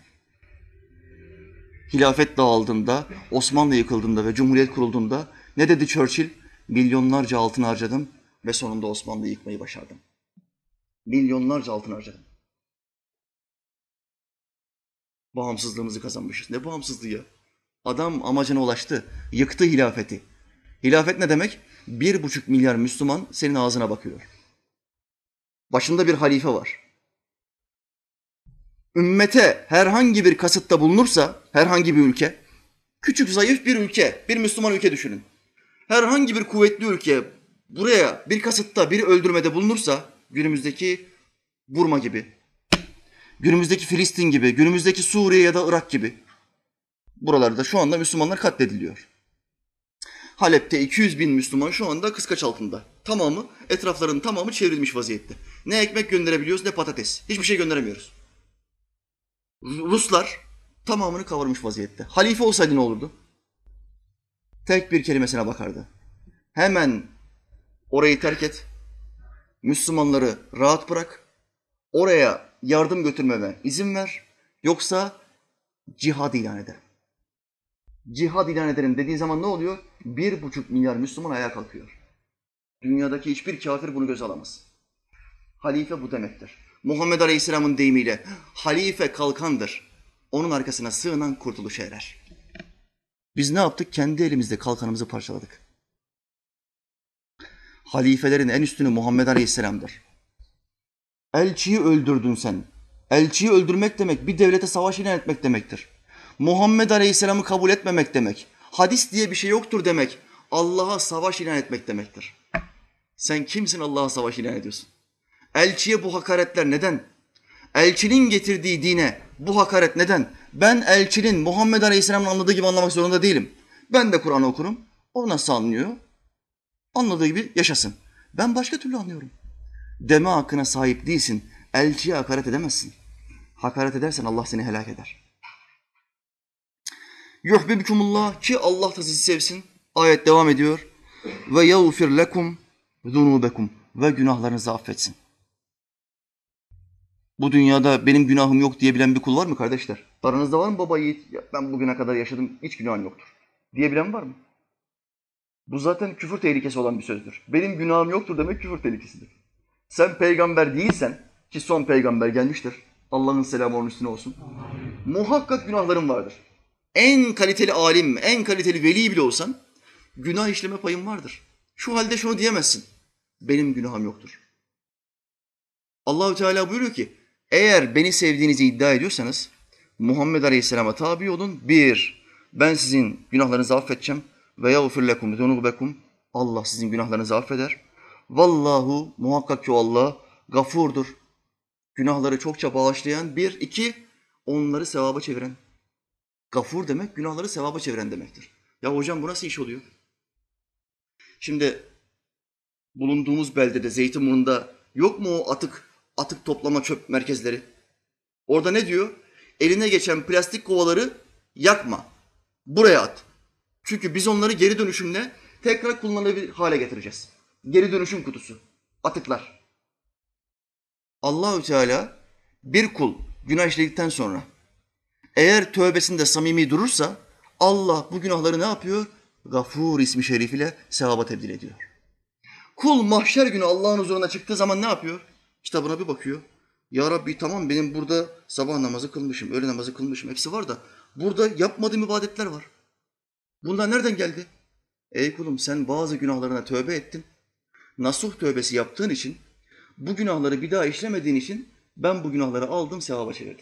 Hilafet dağıldığında, Osmanlı yıkıldığında ve Cumhuriyet kurulduğunda ne dedi Churchill? Milyonlarca altın harcadım ve sonunda Osmanlı'yı yıkmayı başardım. Milyonlarca altın harcadım. Bağımsızlığımızı kazanmışız. Ne bağımsızlığı ya? Adam amacına ulaştı, yıktı hilafeti. Hilafet ne demek? 1,5 milyar Müslüman senin ağzına bakıyor. Başında bir halife var. Ümmete herhangi bir kasıtta bulunursa, herhangi bir ülke, küçük zayıf bir ülke, bir Müslüman ülke düşünün. Herhangi bir kuvvetli ülke buraya bir kasıtta, bir öldürmede bulunursa, günümüzdeki Burma gibi, günümüzdeki Filistin gibi, günümüzdeki Suriye ya da Irak gibi, buralarda şu anda Müslümanlar katlediliyor. Halep'te 200 bin Müslüman şu anda kıskaç altında. Etraflarının tamamı çevrilmiş vaziyette. Ne ekmek gönderebiliyoruz ne patates. Hiçbir şey gönderemiyoruz. Ruslar tamamını kavurmuş vaziyette. Halife olsaydı ne olurdu? Tek bir kelimesine bakardı. Hemen orayı terk et, Müslümanları rahat bırak, oraya yardım götürmeme izin ver, yoksa cihad ilan ederim. Cihad ilan ederim dediği zaman ne oluyor? 1,5 milyar Müslüman ayağa kalkıyor. Dünyadaki hiçbir kafir bunu göze alamaz. Halife bu demektir. Muhammed Aleyhisselam'ın deyimiyle halife kalkandır. Onun arkasına sığınan kurtuluşa erer. Biz ne yaptık? Kendi elimizde kalkanımızı parçaladık. Halifelerin en üstünü Muhammed Aleyhisselam'dır. Elçiyi öldürdün sen. Elçiyi öldürmek demek bir devlete savaş ilan etmek demektir. Muhammed Aleyhisselam'ı kabul etmemek demek. Hadis diye bir şey yoktur demek. Allah'a savaş ilan etmek demektir. Sen kimsin Allah'a savaş ilan ediyorsun? Elçiye bu hakaretler neden? Elçinin getirdiği dine bu hakaret neden? Ben elçinin Muhammed Aleyhisselam'ın anladığı gibi anlamak zorunda değilim. Ben de Kur'an'ı okurum. O nasıl anlıyor? Anladığı gibi yaşasın. Ben başka türlü anlıyorum. Deme hakkına sahip değilsin. Elçiye hakaret edemezsin. Hakaret edersen Allah seni helak eder. Yuhbibkumullah, ki Allah da sizi sevsin. Ayet devam ediyor. Ve yağfir lekum zunubekum, ve günahlarınızı affetsin. Bu dünyada benim günahım yok diyebilen bir kul var mı kardeşler? Aranızda var mı baba yiğit? Ya ben bugüne kadar yaşadım, hiç günahım yoktur diyebilen var mı? Bu zaten küfür tehlikesi olan bir sözdür. Benim günahım yoktur demek küfür tehlikesidir. Sen peygamber değilsen, ki son peygamber gelmiştir, Allah'ın selamı onun üstüne olsun, muhakkak günahların vardır. En kaliteli alim, en kaliteli veli bile olsan günah işleme payın vardır. Şu halde şunu diyemezsin: benim günahım yoktur. Allahü Teala buyuruyor ki, eğer beni sevdiğinizi iddia ediyorsanız Muhammed Aleyhisselam'a tabi olun. Bir, ben sizin günahlarınızı affedeceğim. Ve yağfir lekum zunubekum, Allah sizin günahlarınızı affeder. Vallahu, muhakkak ki o Allah gafurdur. Günahları çokça bağışlayan. Bir, iki, onları sevaba çeviren. Gafur demek günahları sevaba çeviren demektir. Ya hocam bu nasıl iş oluyor? Şimdi bulunduğumuz beldede, Zeytinburnu'nda yok mu o atık toplama çöp merkezleri? Orada ne diyor? Eline geçen plastik kovaları yakma. Buraya at. Çünkü biz onları geri dönüşümle tekrar kullanılabilir hale getireceğiz. Geri dönüşüm kutusu. Atıklar. Allahü Teala bir kul günah işledikten sonra eğer tövbesinde samimi durursa Allah bu günahları ne yapıyor? Gafur ismi şerifiyle sevaba tebdil ediyor. Kul mahşer günü Allah'ın huzuruna çıktığı zaman ne yapıyor? Kitabına bir bakıyor. Ya Rabbi tamam, benim burada sabah namazı kılmışım, öğle namazı kılmışım, hepsi var da burada yapmadığım ibadetler var. Bunlar nereden geldi? Ey kulum, sen bazı günahlarına tövbe ettin. Nasuh tövbesi yaptığın için, bu günahları bir daha işlemediğin için ben bu günahları aldım, sevaba çevirdim.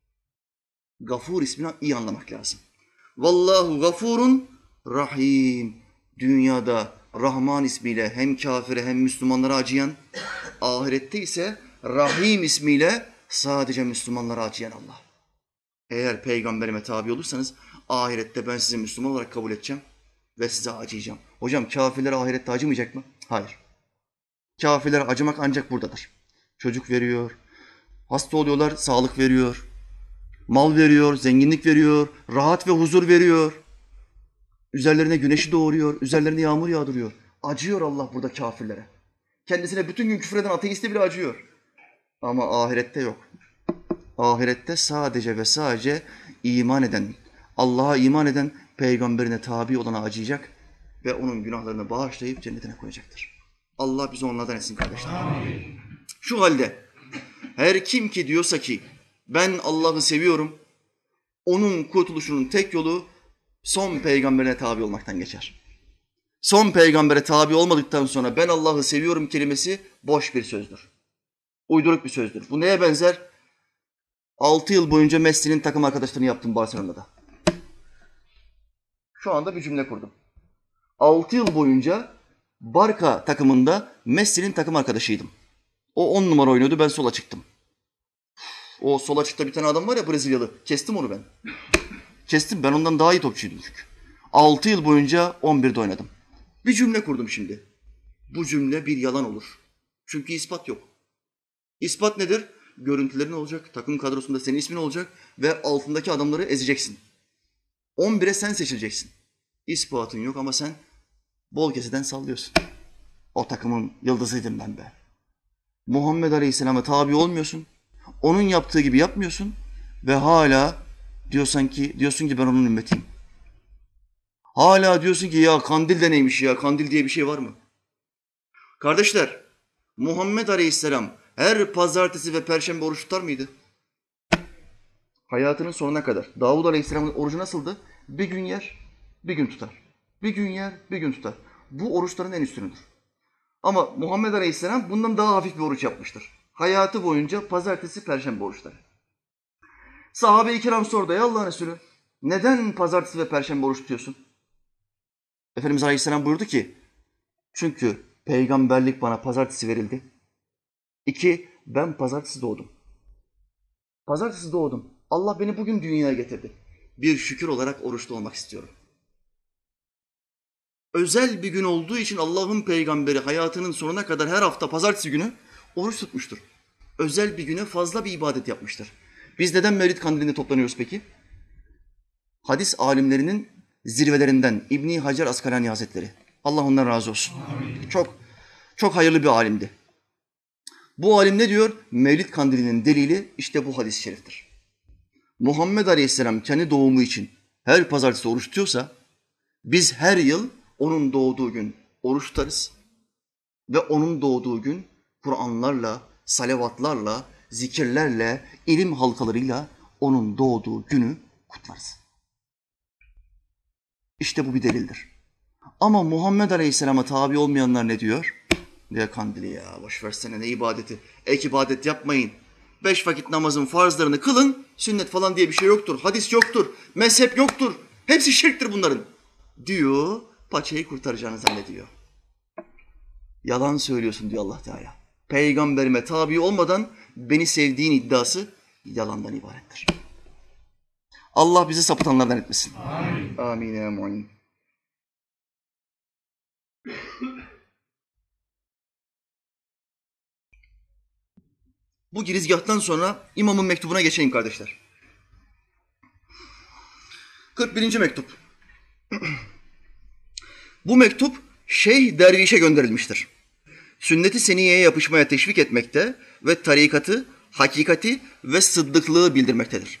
Gafur ismini iyi anlamak lazım. Vallahu gafurun rahim. Dünyada Rahman ismiyle hem kafire hem Müslümanlara acıyan, ahirette ise Rahim ismiyle sadece Müslümanlara acıyan Allah. Eğer peygamberime tabi olursanız ahirette ben sizi Müslüman olarak kabul edeceğim ve size acıyacağım. Hocam kafirler ahirette acımayacak mı? Hayır. Kafirler acımak ancak buradadır. Çocuk veriyor, hasta oluyorlar, sağlık veriyor, mal veriyor, zenginlik veriyor, rahat ve huzur veriyor. Üzerlerine güneşi doğuruyor, üzerlerine yağmur yağdırıyor. Acıyor Allah burada kafirlere. Kendisine bütün gün küfreden ateiste bile acıyor. Ama ahirette yok. Ahirette sadece ve sadece iman eden, Allah'a iman eden, peygamberine tabi olana acıyacak ve onun günahlarını bağışlayıp cennetine koyacaktır. Allah bizi onlardan etsin kardeşler. Amin. Şu halde her kim ki diyorsa ki ben Allah'ı seviyorum, onun kurtuluşunun tek yolu son peygamberine tabi olmaktan geçer. Son peygambere tabi olmadıktan sonra ben Allah'ı seviyorum kelimesi boş bir sözdür. Uyduruk bir sözdür. Bu neye benzer? 6 yıl boyunca Messi'nin takım arkadaşlarını yaptım Barcelona'da. Şu anda bir cümle kurdum. 6 yıl boyunca Barça takımında Messi'nin takım arkadaşıydım. O 10 numara oynuyordu, ben sola çıktım. O sol açıkta bir tane adam var ya, Brezilyalı. Kestim onu ben. Kestim, ben ondan daha iyi topçuydum çünkü. 6 yıl boyunca 11'de oynadım. Bir cümle kurdum şimdi. Bu cümle bir yalan olur. Çünkü ispat yok. İspat nedir? Görüntülerin olacak, takım kadrosunda senin ismin olacak ve altındaki adamları ezeceksin. 11'e sen seçileceksin. İspatın yok ama sen bol keseden sallıyorsun. O takımın yıldızıydım ben be. Muhammed Aleyhisselam'a tabi olmuyorsun. Onun yaptığı gibi yapmıyorsun ve hala diyorsun ki ben onun ümmetiyim. Hala diyorsun ki ya kandil de neymiş ya, kandil diye bir şey var mı? Kardeşler, Muhammed Aleyhisselam her pazartesi ve perşembe oruç tutar mıydı? Hayatının sonuna kadar. Davud Aleyhisselam'ın orucu nasıldı? Bir gün yer, bir gün tutar. Bir gün yer, bir gün tutar. Bu oruçların en üstünüdür. Ama Muhammed Aleyhisselam bundan daha hafif bir oruç yapmıştır. Hayatı boyunca pazartesi, perşembe oruçları. Sahabe-i kiram sordu, ey Allah'ın Resulü, neden pazartesi ve perşembe oruç tutuyorsun? Efendimiz Aleyhisselam buyurdu ki, çünkü peygamberlik bana pazartesi verildi. 2, ben pazartesi doğdum. Pazartesi doğdum. Allah beni bugün dünyaya getirdi. Bir şükür olarak oruçlu olmak istiyorum. Özel bir gün olduğu için Allah'ın peygamberi hayatının sonuna kadar her hafta pazartesi günü oruç tutmuştur. Özel bir güne fazla bir ibadet yapmıştır. Biz neden Mevlid Kandili'nde toplanıyoruz peki? Hadis alimlerinin zirvelerinden İbn Hacer Askalani Hazretleri. Allah ondan razı olsun. Amin. Çok hayırlı bir alimdi. Bu alim ne diyor? Mevlid Kandili'nin delili işte bu hadis-i şeriftir. Muhammed Aleyhisselam kendi doğumu için her pazartesi oruç tutuyorsa biz her yıl onun doğduğu gün oruç tutarız ve onun doğduğu gün Kur'anlarla, salavatlarla, zikirlerle, ilim halkalarıyla onun doğduğu günü kutlarız. İşte bu bir delildir. Ama Muhammed Aleyhisselam'a tabi olmayanlar ne diyor? Ne kandili ya, boş versene ne ibadeti. Ek ibadet yapmayın. 5 vakit namazın farzlarını kılın, sünnet falan diye bir şey yoktur. Hadis yoktur, mezhep yoktur. Hepsi şirktir bunların. Diyor, paçayı kurtaracağını zannediyor. Yalan söylüyorsun diyor Allah Teala. Peygamberime tabi olmadan beni sevdiğin iddiası yalandan ibarettir. Allah bizi sapıtanlardan etmesin. Amin. Amin ya mu'in. Bu girizgahtan sonra imamın mektubuna geçeyim kardeşler. 41. mektup. Bu mektup Şeyh Derviş'e gönderilmiştir. Sünnet-i seniyeye yapışmaya teşvik etmekte ve tarikatı, hakikati ve sıddıklığı bildirmektedir.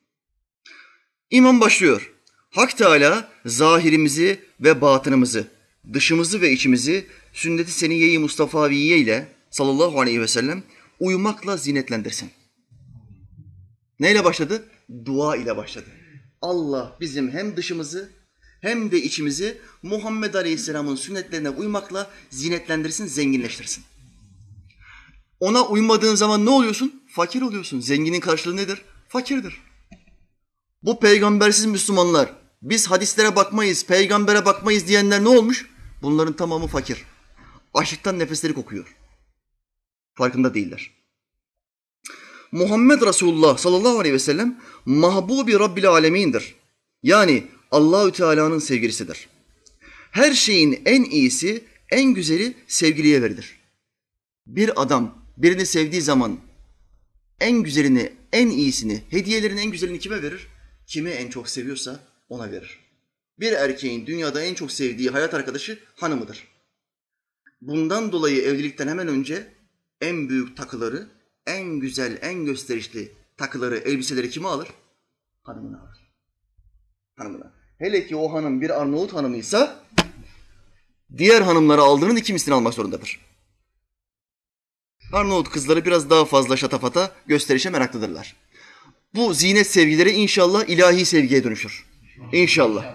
İmam başlıyor. Hak Teâlâ zahirimizi ve batınımızı, dışımızı ve içimizi sünnet-i seniyye-i Mustafaviye ile sallallahu aleyhi ve sellem uyumakla zinetlendirsin. Neyle başladı? Dua ile başladı. Allah bizim hem dışımızı hem de içimizi Muhammed Aleyhisselam'ın sünnetlerine uymakla zinetlendirsin, zenginleştirsin. Ona uymadığın zaman ne oluyorsun? Fakir oluyorsun. Zenginin karşılığı nedir? Fakirdir. Bu peygambersiz Müslümanlar, biz hadislere bakmayız, peygambere bakmayız diyenler ne olmuş? Bunların tamamı fakir. Açlıktan nefesleri kokuyor. Farkında değiller. Muhammed Resulullah sallallahu aleyhi ve sellem mahbubi Rabbil alemindir. Yani Allahü Teala'nın sevgilisidir. Her şeyin en iyisi, en güzeli sevgiliye verilir. Bir adam birini sevdiği zaman en güzelini, en iyisini, hediyelerin en güzelini kime verir? Kimi en çok seviyorsa ona verir. Bir erkeğin dünyada en çok sevdiği hayat arkadaşı hanımıdır. Bundan dolayı evlilikten hemen önce en büyük takıları, en güzel, en gösterişli takıları, elbiseleri kime alır? Hanımına alır. Hanımına. Hele ki o hanım bir Arnavut hanımıysa diğer hanımlara aldığının 2 mislini almak zorundadır. Arnavut kızları biraz daha fazla şatafata, gösterişe meraklıdırlar. Bu zinet sevgileri inşallah ilahi sevgiye dönüşür. İnşallah.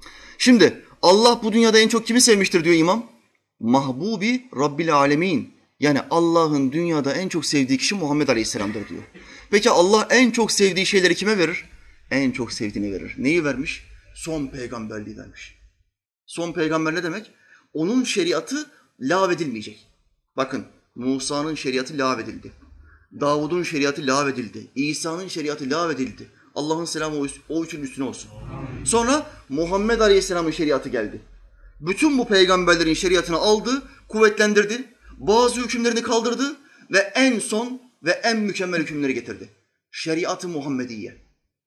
Şimdi Allah bu dünyada en çok kimi sevmiştir diyor imam? Mahbubi Rabbil alemin. Yani Allah'ın dünyada en çok sevdiği kişi Muhammed Aleyhisselam'dır diyor. Peki Allah en çok sevdiği şeyleri kime verir? En çok sevdiğini verir. Neyi vermiş? Son peygamberliği vermiş. Son peygamber ne demek? Onun şeriatı lağvedilmeyecek. Bakın Musa'nın şeriatı lağvedildi. Davud'un şeriatı lağvedildi. İsa'nın şeriatı lağvedildi. Allah'ın selamı o üçün üstüne olsun. Sonra Muhammed Aleyhisselam'ın şeriatı geldi. Bütün bu peygamberlerin şeriatını aldı, kuvvetlendirdi. Bazı hükümlerini kaldırdı ve en son ve en mükemmel hükümleri getirdi. Şeriat-ı Muhammediye.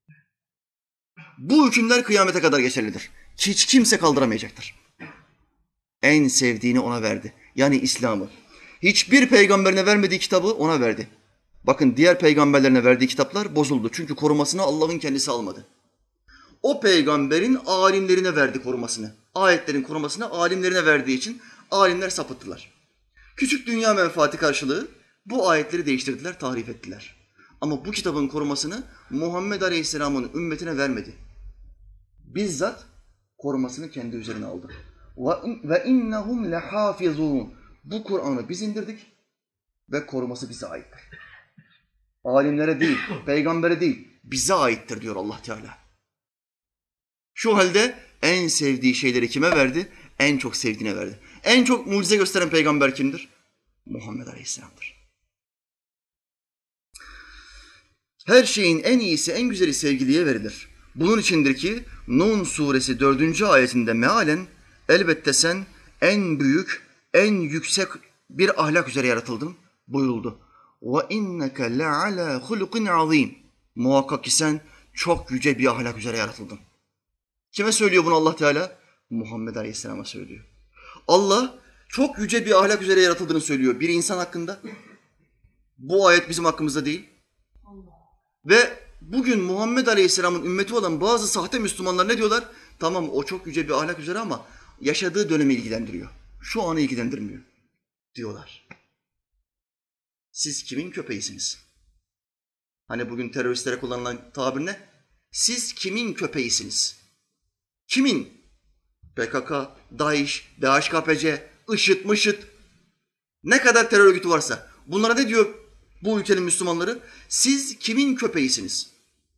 Bu hükümler kıyamete kadar geçerlidir. Hiç kimse kaldıramayacaktır. En sevdiğini ona verdi. Yani İslam'ı. Hiçbir peygamberine vermediği kitabı ona verdi. Bakın diğer peygamberlerine verdiği kitaplar bozuldu. Çünkü korumasını Allah'ın kendisi almadı. O peygamberin alimlerine verdi korumasını. Ayetlerin korumasını alimlerine verdiği için alimler sapıttılar. Küçük dünya menfaati karşılığı bu ayetleri değiştirdiler, tahrif ettiler. Ama bu kitabın korumasını Muhammed Aleyhisselam'ın ümmetine vermedi. Bizzat korumasını kendi üzerine aldı. Ve innahum lehafizun. Bu Kur'an'ı biz indirdik ve koruması bize aittir. Alimlere değil, peygambere değil, bize aittir diyor Allah Teala. Şu halde en sevdiği şeyleri kime verdi? En çok sevdiğine verdi. En çok mucize gösteren peygamber kimdir? Muhammed Aleyhisselam'dır. Her şeyin en iyisi, en güzeli sevgiliye verilir. Bunun içindir ki Nun suresi 4. ayetinde mealen elbette sen en büyük, en yüksek bir ahlak üzere yaratıldın buyuruldu. وَاِنَّكَ لَعَلَى خُلُقٍ عَظِيمٍ. Muhakkak ki sen çok yüce bir ahlak üzere yaratıldın. Kime söylüyor bunu Allah Teala? Muhammed Aleyhisselam'a söylüyor. Allah çok yüce bir ahlak üzere yaratıldığını söylüyor bir insan hakkında. Bu ayet bizim hakkımızda değil. Ve bugün Muhammed Aleyhisselam'ın ümmeti olan bazı sahte Müslümanlar ne diyorlar? Tamam o çok yüce bir ahlak üzere ama yaşadığı dönemi ilgilendiriyor. Şu anı ilgilendirmiyor diyorlar. Siz kimin köpeğisiniz? Hani bugün teröristlere kullanılan tabir ne? Siz kimin köpeğisiniz? Kimin? PKK, DAEŞ, DHKPC, IŞİD, MIŞİD, ne kadar terör örgütü varsa bunlara ne diyor bu ülkenin Müslümanları? Siz kimin köpeğisiniz?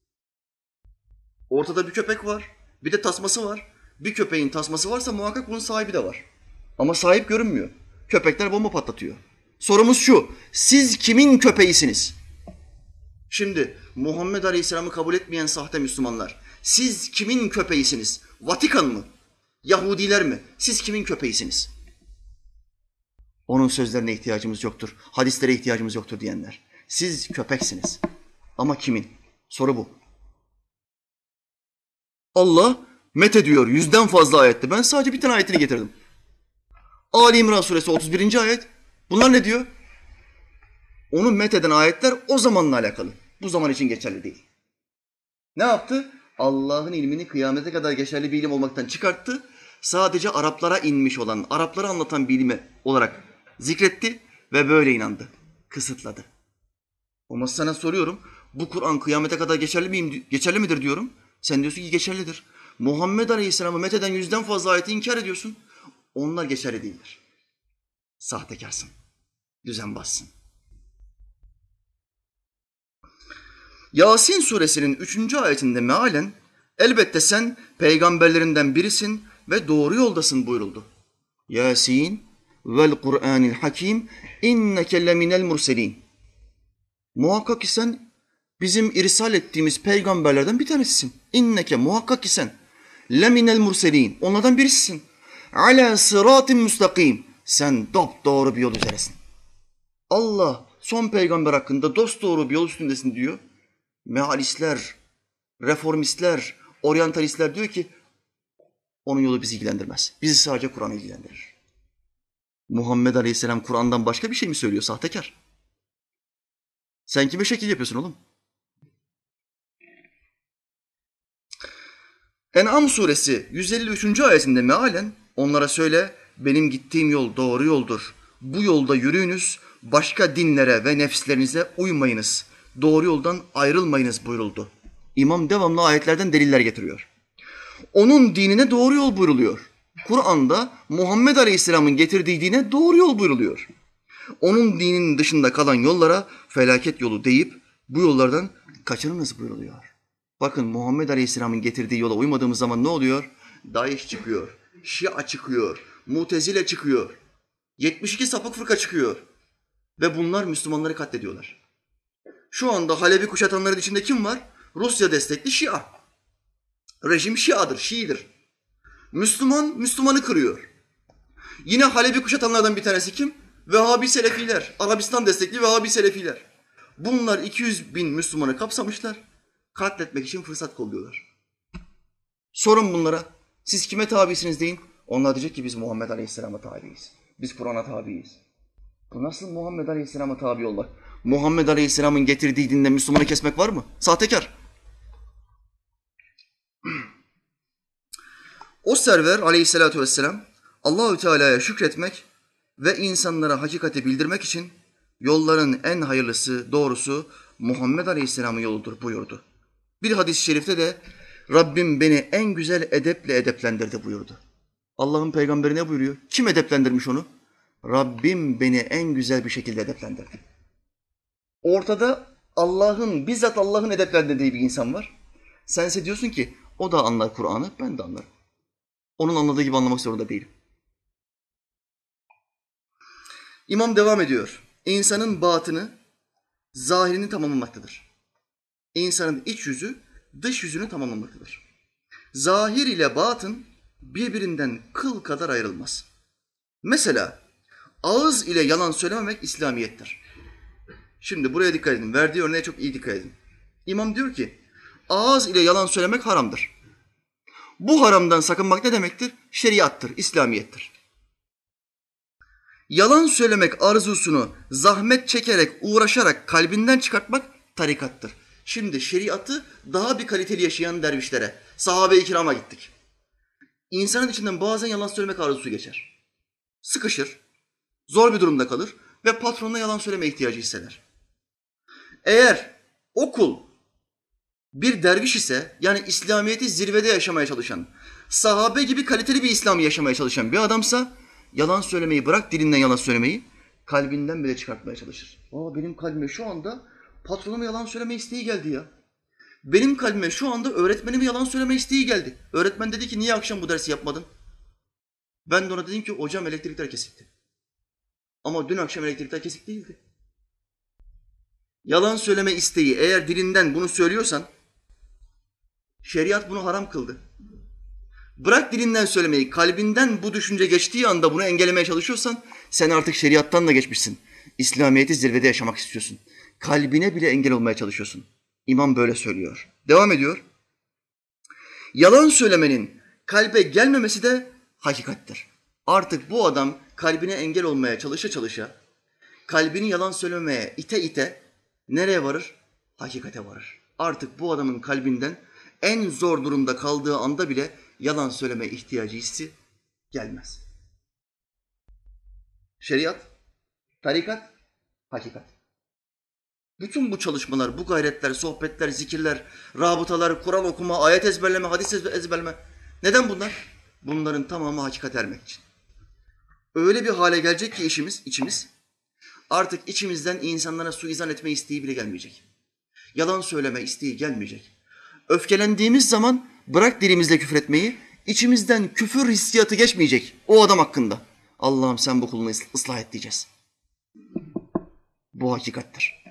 Ortada bir köpek var, bir de tasması var. Bir köpeğin tasması varsa muhakkak bunun sahibi de var. Ama sahip görünmüyor. Köpekler bomba patlatıyor. Sorumuz şu, siz kimin köpeğisiniz? Şimdi Muhammed Aleyhisselam'ı kabul etmeyen sahte Müslümanlar, siz kimin köpeğisiniz? Vatikan mı? Yahudiler mi? Siz kimin köpeğisiniz? Onun sözlerine ihtiyacımız yoktur, hadislere ihtiyacımız yoktur diyenler. Siz köpeksiniz. Ama kimin? Soru bu. Allah met ediyor 100'den fazla ayette. Ben sadece bir tane ayetini getirdim. Ali İmran suresi 31. ayet. Bunlar ne diyor? Onu met eden ayetler o zamanla alakalı. Bu zaman için geçerli değil. Ne yaptı? Allah'ın ilmini kıyamete kadar geçerli bir ilim olmaktan çıkarttı. Sadece Araplara inmiş olan, Araplara anlatan bir ilim olarak zikretti ve böyle inandı. Kısıtladı. Ama sana soruyorum, bu Kur'an kıyamete kadar geçerli midir diyorum. Sen diyorsun ki geçerlidir. Muhammed Aleyhisselam'ı met eden 100'den fazla ayeti inkar ediyorsun. Onlar geçerli değildir. Sahtekarsın. Düzenbazsın. Yasin suresinin 3. ayetinde mealen elbette sen peygamberlerinden birisin ve doğru yoldasın buyuruldu. Yasin vel Kur'anil hakim inneke leminel murselin. Muhakkak ki sen bizim irsal ettiğimiz peygamberlerden bir tanesisin. İnneke muhakkak ki sen leminel murselin. Onlardan birisisin. Ala sıratin müstakim. Sen dopdoğru bir yol üzeresin. Allah son peygamber hakkında dosdoğru bir yol üstündesin diyor. Mealistler, reformistler, oryantalistler diyor ki onun yolu bizi ilgilendirmez. Bizi sadece Kur'an ilgilendirir. Muhammed Aleyhisselam Kur'an'dan başka bir şey mi söylüyor sahtekar? Sen kime şekil yapıyorsun oğlum? En'am suresi 153. ayetinde mealen onlara söyle benim gittiğim yol doğru yoldur. Bu yolda yürüyünüz, başka dinlere ve nefslerinize uymayınız. Doğru yoldan ayrılmayınız buyuruldu. İmam devamlı ayetlerden deliller getiriyor. Onun dinine doğru yol buyruluyor. Kur'an'da Muhammed Aleyhisselam'ın getirdiği dine doğru yol buyruluyor. Onun dininin dışında kalan yollara felaket yolu deyip bu yollardan kaçınınız buyuruluyor. Bakın Muhammed Aleyhisselam'ın getirdiği yola uymadığımız zaman ne oluyor? DAEŞ çıkıyor, Şia çıkıyor, Mutezile çıkıyor, 72 sapık fırka çıkıyor ve bunlar Müslümanları katlediyorlar. Şu anda Halep'i kuşatanların içinde kim var? Rusya destekli Şia. Rejim Şia'dır, Şii'dir. Müslüman, Müslümanı kırıyor. Yine Halep'i kuşatanlardan bir tanesi kim? Vehhabi Selefiler, Arabistan destekli Vehhabi Selefiler. Bunlar 200 bin Müslümanı kapsamışlar, katletmek için fırsat kolluyorlar. Sorun bunlara, siz kime tabisiniz deyin. Onlar diyecek ki biz Muhammed Aleyhisselam'a tabiiz. Biz Kur'an'a tabiiz. Bu nasıl Muhammed Aleyhisselam'a tabi olmak? Muhammed Aleyhisselam'ın getirdiği dinde Müslümanı kesmek var mı? Sahtekar. O server Aleyhisselatü Vesselam Allahü Teala'ya şükretmek ve insanlara hakikati bildirmek için yolların en hayırlısı, doğrusu Muhammed Aleyhisselam'ın yoludur buyurdu. Bir hadis-i şerifte de Rabbim beni en güzel edeple edeplendirdi buyurdu. Allah'ın peygamberi ne buyuruyor? Kim edeplendirmiş onu? Rabbim beni en güzel bir şekilde edeplendirdi. Ortada bizzat Allah'ın edeplendirdiği bir insan var. Sense diyorsun ki o da anlar Kur'an'ı, ben de anlarım. Onun anladığı gibi anlamak zorunda değilim. İmam devam ediyor. İnsanın batını zahirini tamamlamaktadır. İnsanın iç yüzü dış yüzünü tamamlamaktadır. Zahir ile batın birbirinden kıl kadar ayrılmaz. Mesela ağız ile yalan söylememek İslamiyettir. Şimdi buraya dikkat edin. Verdiği örneğe çok iyi dikkat edin. İmam diyor ki ağız ile yalan söylemek haramdır. Bu haramdan sakınmak ne demektir? Şeriattır, İslamiyettir. Yalan söylemek arzusunu zahmet çekerek, uğraşarak kalbinden çıkartmak tarikattır. Şimdi şeriatı daha bir kaliteli yaşayan dervişlere, sahabe-i kirama gittik. İnsanın içinden bazen yalan söylemek arzusu geçer. Sıkışır, zor bir durumda kalır ve patronuna yalan söyleme ihtiyacı hisseder. Eğer o kul bir derviş ise, yani İslamiyet'i zirvede yaşamaya çalışan, sahabe gibi kaliteli bir İslam'ı yaşamaya çalışan bir adamsa, yalan söylemeyi bırak, dilinden yalan söylemeyi, kalbinden bile çıkartmaya çalışır. Benim kalbime şu anda patronuma yalan söyleme isteği geldi ya. Benim kalbime şu anda öğretmenime yalan söyleme isteği geldi. Öğretmen dedi ki niye akşam bu dersi yapmadın? Ben de ona dedim ki hocam elektrikler kesikti. Ama dün akşam elektrikler kesik değildi. Yalan söyleme isteği, eğer dilinden bunu söylüyorsan, şeriat bunu haram kıldı. Bırak dilinden söylemeyi, kalbinden bu düşünce geçtiği anda bunu engellemeye çalışıyorsan, sen artık şeriattan da geçmişsin. İslamiyet'i zirvede yaşamak istiyorsun. Kalbine bile engel olmaya çalışıyorsun. İmam böyle söylüyor. Devam ediyor. Yalan söylemenin kalbe gelmemesi de hakikattir. Artık bu adam kalbine engel olmaya çalışa, kalbini yalan söylemeye ite nereye varır? Hakikate varır. Artık bu adamın kalbinden en zor durumda kaldığı anda bile yalan söyleme ihtiyacı hissi gelmez. Şeriat, tarikat, hakikat. Bütün bu çalışmalar, bu gayretler, sohbetler, zikirler, rabıtalar, Kur'an okuma, ayet ezberleme, hadis ezberleme. Neden bunlar? Bunların tamamı hakikate ermek için. Öyle bir hale gelecek ki içimiz, artık içimizden insanlara suizan etme isteği bile gelmeyecek. Yalan söyleme isteği gelmeyecek. Öfkelendiğimiz zaman bırak dilimizle küfür etmeyi, içimizden küfür hissiyatı geçmeyecek o adam hakkında. Allah'ım sen bu kulunu ıslah et diyeceğiz. Bu hakikattir.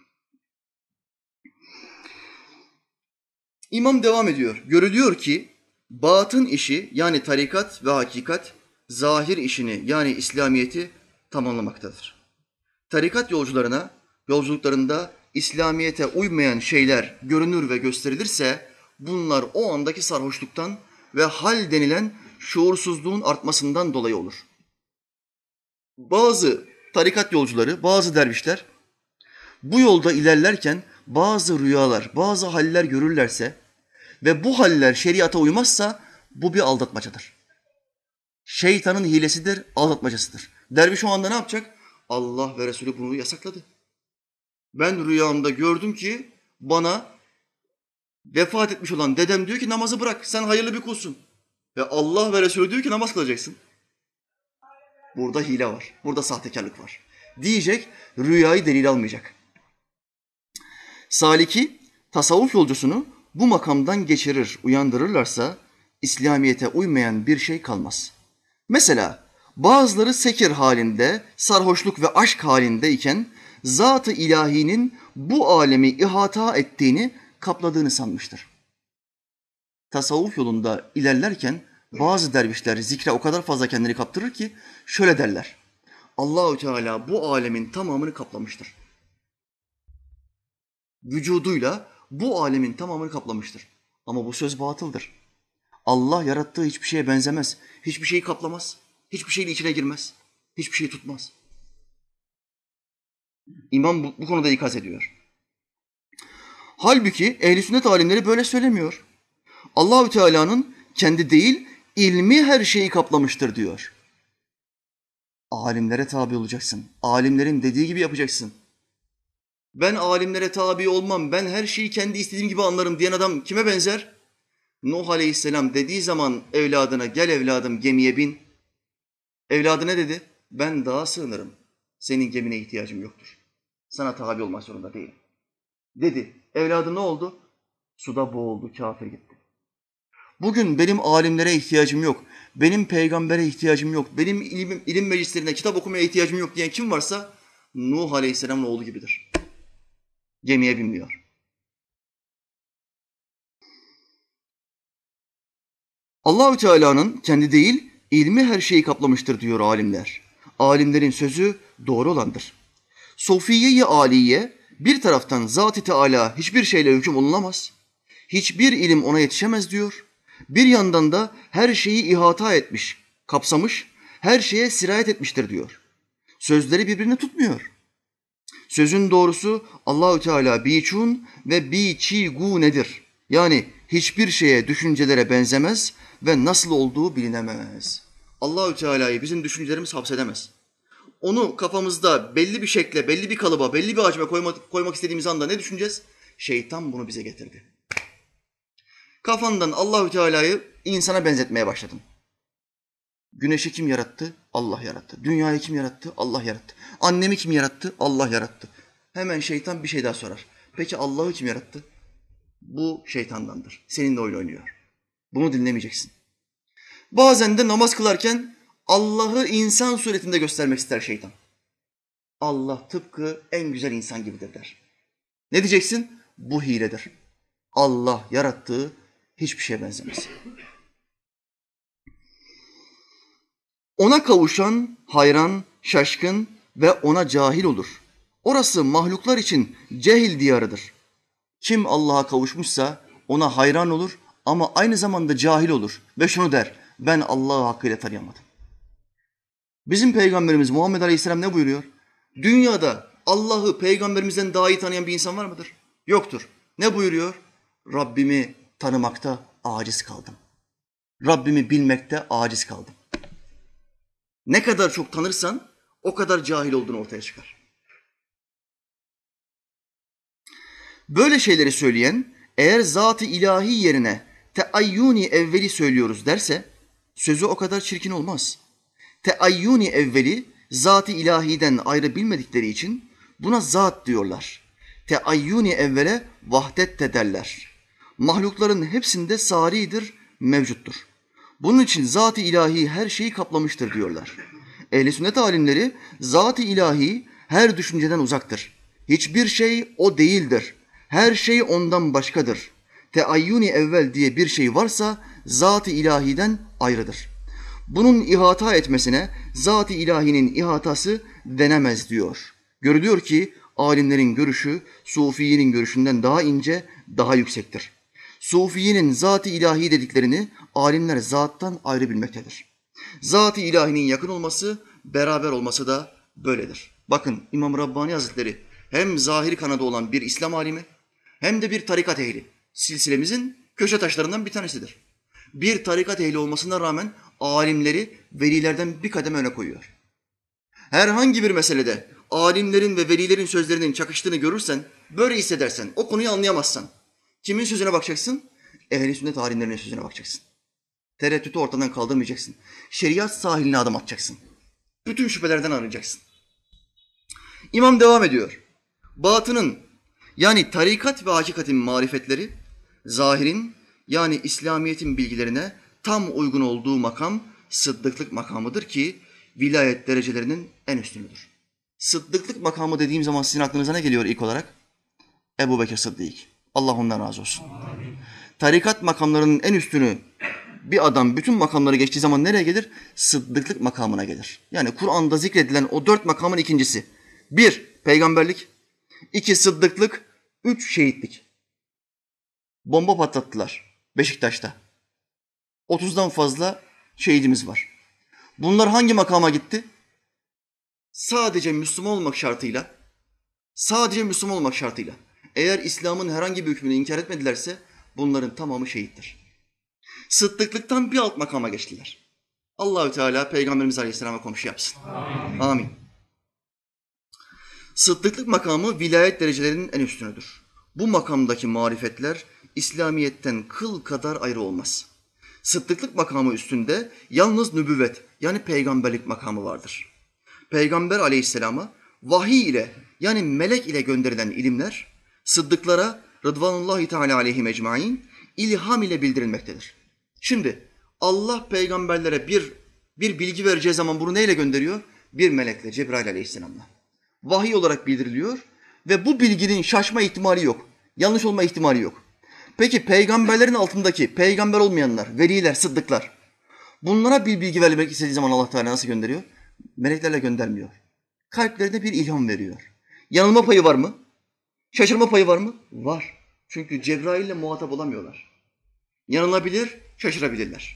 İmam devam ediyor. Görülüyor ki batın işi yani tarikat ve hakikat zahir işini yani İslamiyet'i tamamlamaktadır. Tarikat yolculuklarında İslamiyet'e uymayan şeyler görünür ve gösterilirse bunlar o andaki sarhoşluktan ve hal denilen şuursuzluğun artmasından dolayı olur. Bazı tarikat yolcuları, bazı dervişler bu yolda ilerlerken bazı rüyalar, bazı haller görürlerse ve bu haller şeriata uymazsa bu bir aldatmacadır. Şeytanın hilesidir, aldatmacasıdır. Derviş o anda ne yapacak? Allah ve Resulü bunu yasakladı. Ben rüyamda gördüm ki bana vefat etmiş olan dedem diyor ki namazı bırak, sen hayırlı bir kulsun. Ve Allah ve Resulü diyor ki namaz kılacaksın. Burada hile var, burada sahtekarlık var. diyecek, rüyayı delil almayacak. Saliki, tasavvuf yolcusunu bu makamdan geçirir, uyandırırlarsa İslamiyet'e uymayan bir şey kalmaz. Mesela bazıları sekir halinde, sarhoşluk ve aşk halindeyken zat-ı ilahinin bu alemi ihata ettiğini, kapladığını sanmıştır. Tasavvuf yolunda ilerlerken bazı dervişler zikre o kadar fazla kendini kaptırır ki şöyle derler: Allahü Teala bu alemin tamamını kaplamıştır. Vücuduyla bu alemin tamamını kaplamıştır. Ama bu söz batıldır. Allah yarattığı hiçbir şeye benzemez. Hiçbir şeyi kaplamaz. Hiçbir şeyin içine girmez. Hiçbir şeyi tutmaz. İmam bu konuda ikaz ediyor. Halbuki ehl-i sünnet alimleri böyle söylemiyor. Allahü Teala'nın kendi değil, ilmi her şeyi kaplamıştır diyor. Alimlere tabi olacaksın. Alimlerin dediği gibi yapacaksın. Ben alimlere tabi olmam, ben her şeyi kendi istediğim gibi anlarım diyen adam kime benzer? Nuh Aleyhisselam dediği zaman evladına, gel evladım gemiye bin. Evladı ne dedi? Ben dağa sığınırım. Senin gemine ihtiyacım yoktur. Sana tabi olmak zorunda değilim. Dedi. Evladı ne oldu? Suda boğuldu, kafir gitti. Bugün benim alimlere ihtiyacım yok, benim peygambere ihtiyacım yok, benim ilim meclislerine kitap okumaya ihtiyacım yok diyen kim varsa Nuh Aleyhisselam'ın oğlu gibidir. Gemiye binmiyor. Allahü Teala'nın kendi değil, ilmi her şeyi kaplamıştır diyor alimler. Alimlerin sözü doğru olandır. Sofiye-i Aliye bir taraftan Zat-ı Teala hiçbir şeyle hüküm olulamaz, hiçbir ilim ona yetişemez diyor. Bir yandan da her şeyi ihata etmiş, kapsamış, her şeye sirayet etmiştir diyor. Sözleri birbirini tutmuyor. Sözün doğrusu Allahü Teala biçun ve biçigu nedir? Yani hiçbir şeye, düşüncelere benzemez ve nasıl olduğu bilinemez. Allahü Teala'yı bizim düşüncelerimiz hapsedemez. Onu kafamızda belli bir şekle, belli bir kalıba, belli bir hacme koymak istediğimiz anda ne düşüneceğiz? Şeytan bunu bize getirdi. Kafandan Allahü Teala'yı insana benzetmeye başladın. Güneşi kim yarattı? Allah yarattı. Dünyayı kim yarattı? Allah yarattı. Annemi kim yarattı? Allah yarattı. Hemen şeytan bir şey daha sorar. Peki Allah'ı kim yarattı? Bu şeytandandır. Seninle oyun oynuyor. Bunu dinlemeyeceksin. Bazen de namaz kılarken Allah'ı insan suretinde göstermek ister şeytan. Allah tıpkı en güzel insan gibidir der. Ne diyeceksin? Bu hiledir. Allah yarattığı hiçbir şeye benzemez. Ona kavuşan hayran, şaşkın ve ona cahil olur. Orası mahluklar için cehil diyarıdır. Kim Allah'a kavuşmuşsa ona hayran olur ama aynı zamanda cahil olur ve şunu der: ben Allah'ı hakkıyla tanıyamadım. Bizim Peygamberimiz Muhammed Aleyhisselam ne buyuruyor? Dünyada Allah'ı peygamberimizden daha iyi tanıyan bir insan var mıdır? Yoktur. Ne buyuruyor? Rabbimi tanımakta aciz kaldım. Rabbimi bilmekte aciz kaldım. Ne kadar çok tanırsan o kadar cahil olduğunu ortaya çıkar. Böyle şeyleri söyleyen eğer zat-ı ilahi yerine teayyuni evveli söylüyoruz derse sözü o kadar çirkin olmaz. Teayyuni evveli zat-ı ilahiden ayrı bilmedikleri için buna zat diyorlar. Teayyuni evvele vahdet de derler. Mahlukların hepsinde saridir, mevcuttur. Bunun için zat-ı ilahi her şeyi kaplamıştır diyorlar. Ehl-i sünnet alimleri zat-ı ilahi her düşünceden uzaktır. Hiçbir şey o değildir. Her şey ondan başkadır. Teayyuni evvel diye bir şey varsa zat-ı ilahiden ayrıdır. Bunun ihata etmesine zat-ı ilahinin ihatası denemez diyor. Görülüyor ki alimlerin görüşü Sufiye'nin görüşünden daha ince, daha yüksektir. Sufiye'nin zat-ı ilahi dediklerini alimler zattan ayrı bilmektedir. Zat-ı ilahinin yakın olması, beraber olması da böyledir. Bakın İmam Rabbani Hazretleri hem zahiri kanadı olan bir İslam alimi hem de bir tarikat ehli. Silsilemizin köşe taşlarından bir tanesidir. Bir tarikat ehli olmasına rağmen alimleri velilerden bir kademe öne koyuyor. Herhangi bir meselede alimlerin ve velilerin sözlerinin çakıştığını görürsen, böyle hissedersen, o konuyu anlayamazsan kimin sözüne bakacaksın? Ehl-i sünnet alimlerinin sözüne bakacaksın. Tereddütü ortadan kaldırmayacaksın. Şeriat sahiline adım atacaksın. Bütün şüphelerden arınacaksın. İmam devam ediyor. Batının yani tarikat ve hakikatin marifetleri, zahirin yani İslamiyet'in bilgilerine tam uygun olduğu makam sıddıklık makamıdır ki vilayet derecelerinin en üstünüdür. Sıddıklık makamı dediğim zaman sizin aklınıza ne geliyor ilk olarak? Ebu Bekir Sıddık. Allah ondan razı olsun. Amin. Tarikat makamlarının en üstünü bir adam bütün makamları geçtiği zaman nereye gelir? Sıddıklık makamına gelir. Yani Kur'an'da zikredilen o 4 makamın ikincisi. 1. Peygamberlik. 2. Sıddıklık. 3. Şehitlik. Bomba patlattılar Beşiktaş'ta. 30'dan fazla şehidimiz var. Bunlar hangi makama gitti? Sadece Müslüman olmak şartıyla. Eğer İslam'ın herhangi bir hükmünü inkar etmedilerse bunların tamamı şehittir. Sıddıklıktan bir alt makama geçtiler. Allahü Teala Peygamberimiz Aleyhisselam'a komşu yapsın. Amin. Amin. Sıddıklık makamı vilayet derecelerinin en üstünüdür. Bu makamdaki marifetler İslamiyet'ten kıl kadar ayrı olmaz. Sıddıklık makamı üstünde yalnız nübüvvet yani peygamberlik makamı vardır. Peygamber Aleyhisselam'a vahiy ile yani melek ile gönderilen ilimler sıddıklara Rıdvanullahi Teala aleyhim ecmaîn ilham ile bildirilmektedir. Şimdi Allah peygamberlere bir bilgi vereceği zaman bunu neyle gönderiyor? Bir melekle, Cebrail Aleyhisselam'la. Vahiy olarak bildiriliyor ve bu bilginin şaşma ihtimali yok. Yanlış olma ihtimali yok. Peki peygamberlerin altındaki peygamber olmayanlar, veliler, sıddıklar bunlara bir bilgi vermek istediği zaman Allah Teala nasıl gönderiyor? Meleklerle göndermiyor. Kalplerine bir ilham veriyor. Yanılma payı var mı? Şaşırma payı var mı? Var. Çünkü Cebrail'le muhatap olamıyorlar. Yanılabilir, şaşırabilirler.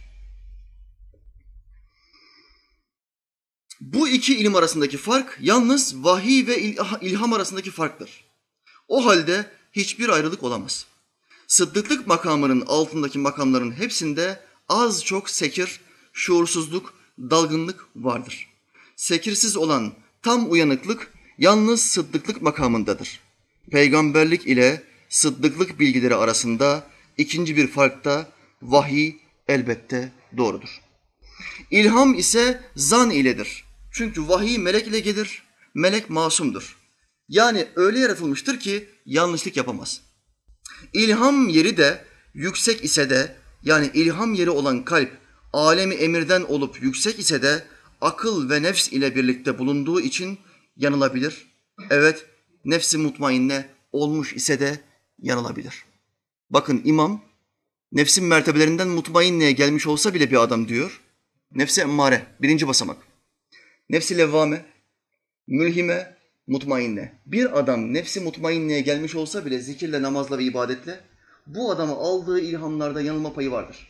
Bu iki ilim arasındaki fark yalnız vahiy ve ilham arasındaki farktır. O halde hiçbir ayrılık olamaz. Sıddıklık makamının altındaki makamların hepsinde az çok sekir, şuursuzluk, dalgınlık vardır. Sekirsiz olan tam uyanıklık yalnız sıddıklık makamındadır. Peygamberlik ile sıddıklık bilgileri arasında ikinci bir fark da vahiy elbette doğrudur. İlham ise zan iledir. Çünkü vahiy melek ile gelir, melek masumdur. Yani öyle yaratılmıştır ki yanlışlık yapamaz. İlham yeri de yüksek ise de yani ilham yeri olan kalp alemi emirden olup yüksek ise de akıl ve nefs ile birlikte bulunduğu için yanılabilir. Evet, nefsi mutmainne olmuş ise de yanılabilir. Bakın imam nefsin mertebelerinden mutmainneye gelmiş olsa bile bir adam diyor. Nefsi emmare, birinci basamak. Nefsi levvame, mülhime, mutmainne. Bir adam nefsi mutmainneye gelmiş olsa bile zikirle, namazla ve ibadetle bu adamı aldığı ilhamlarda yanılma payı vardır.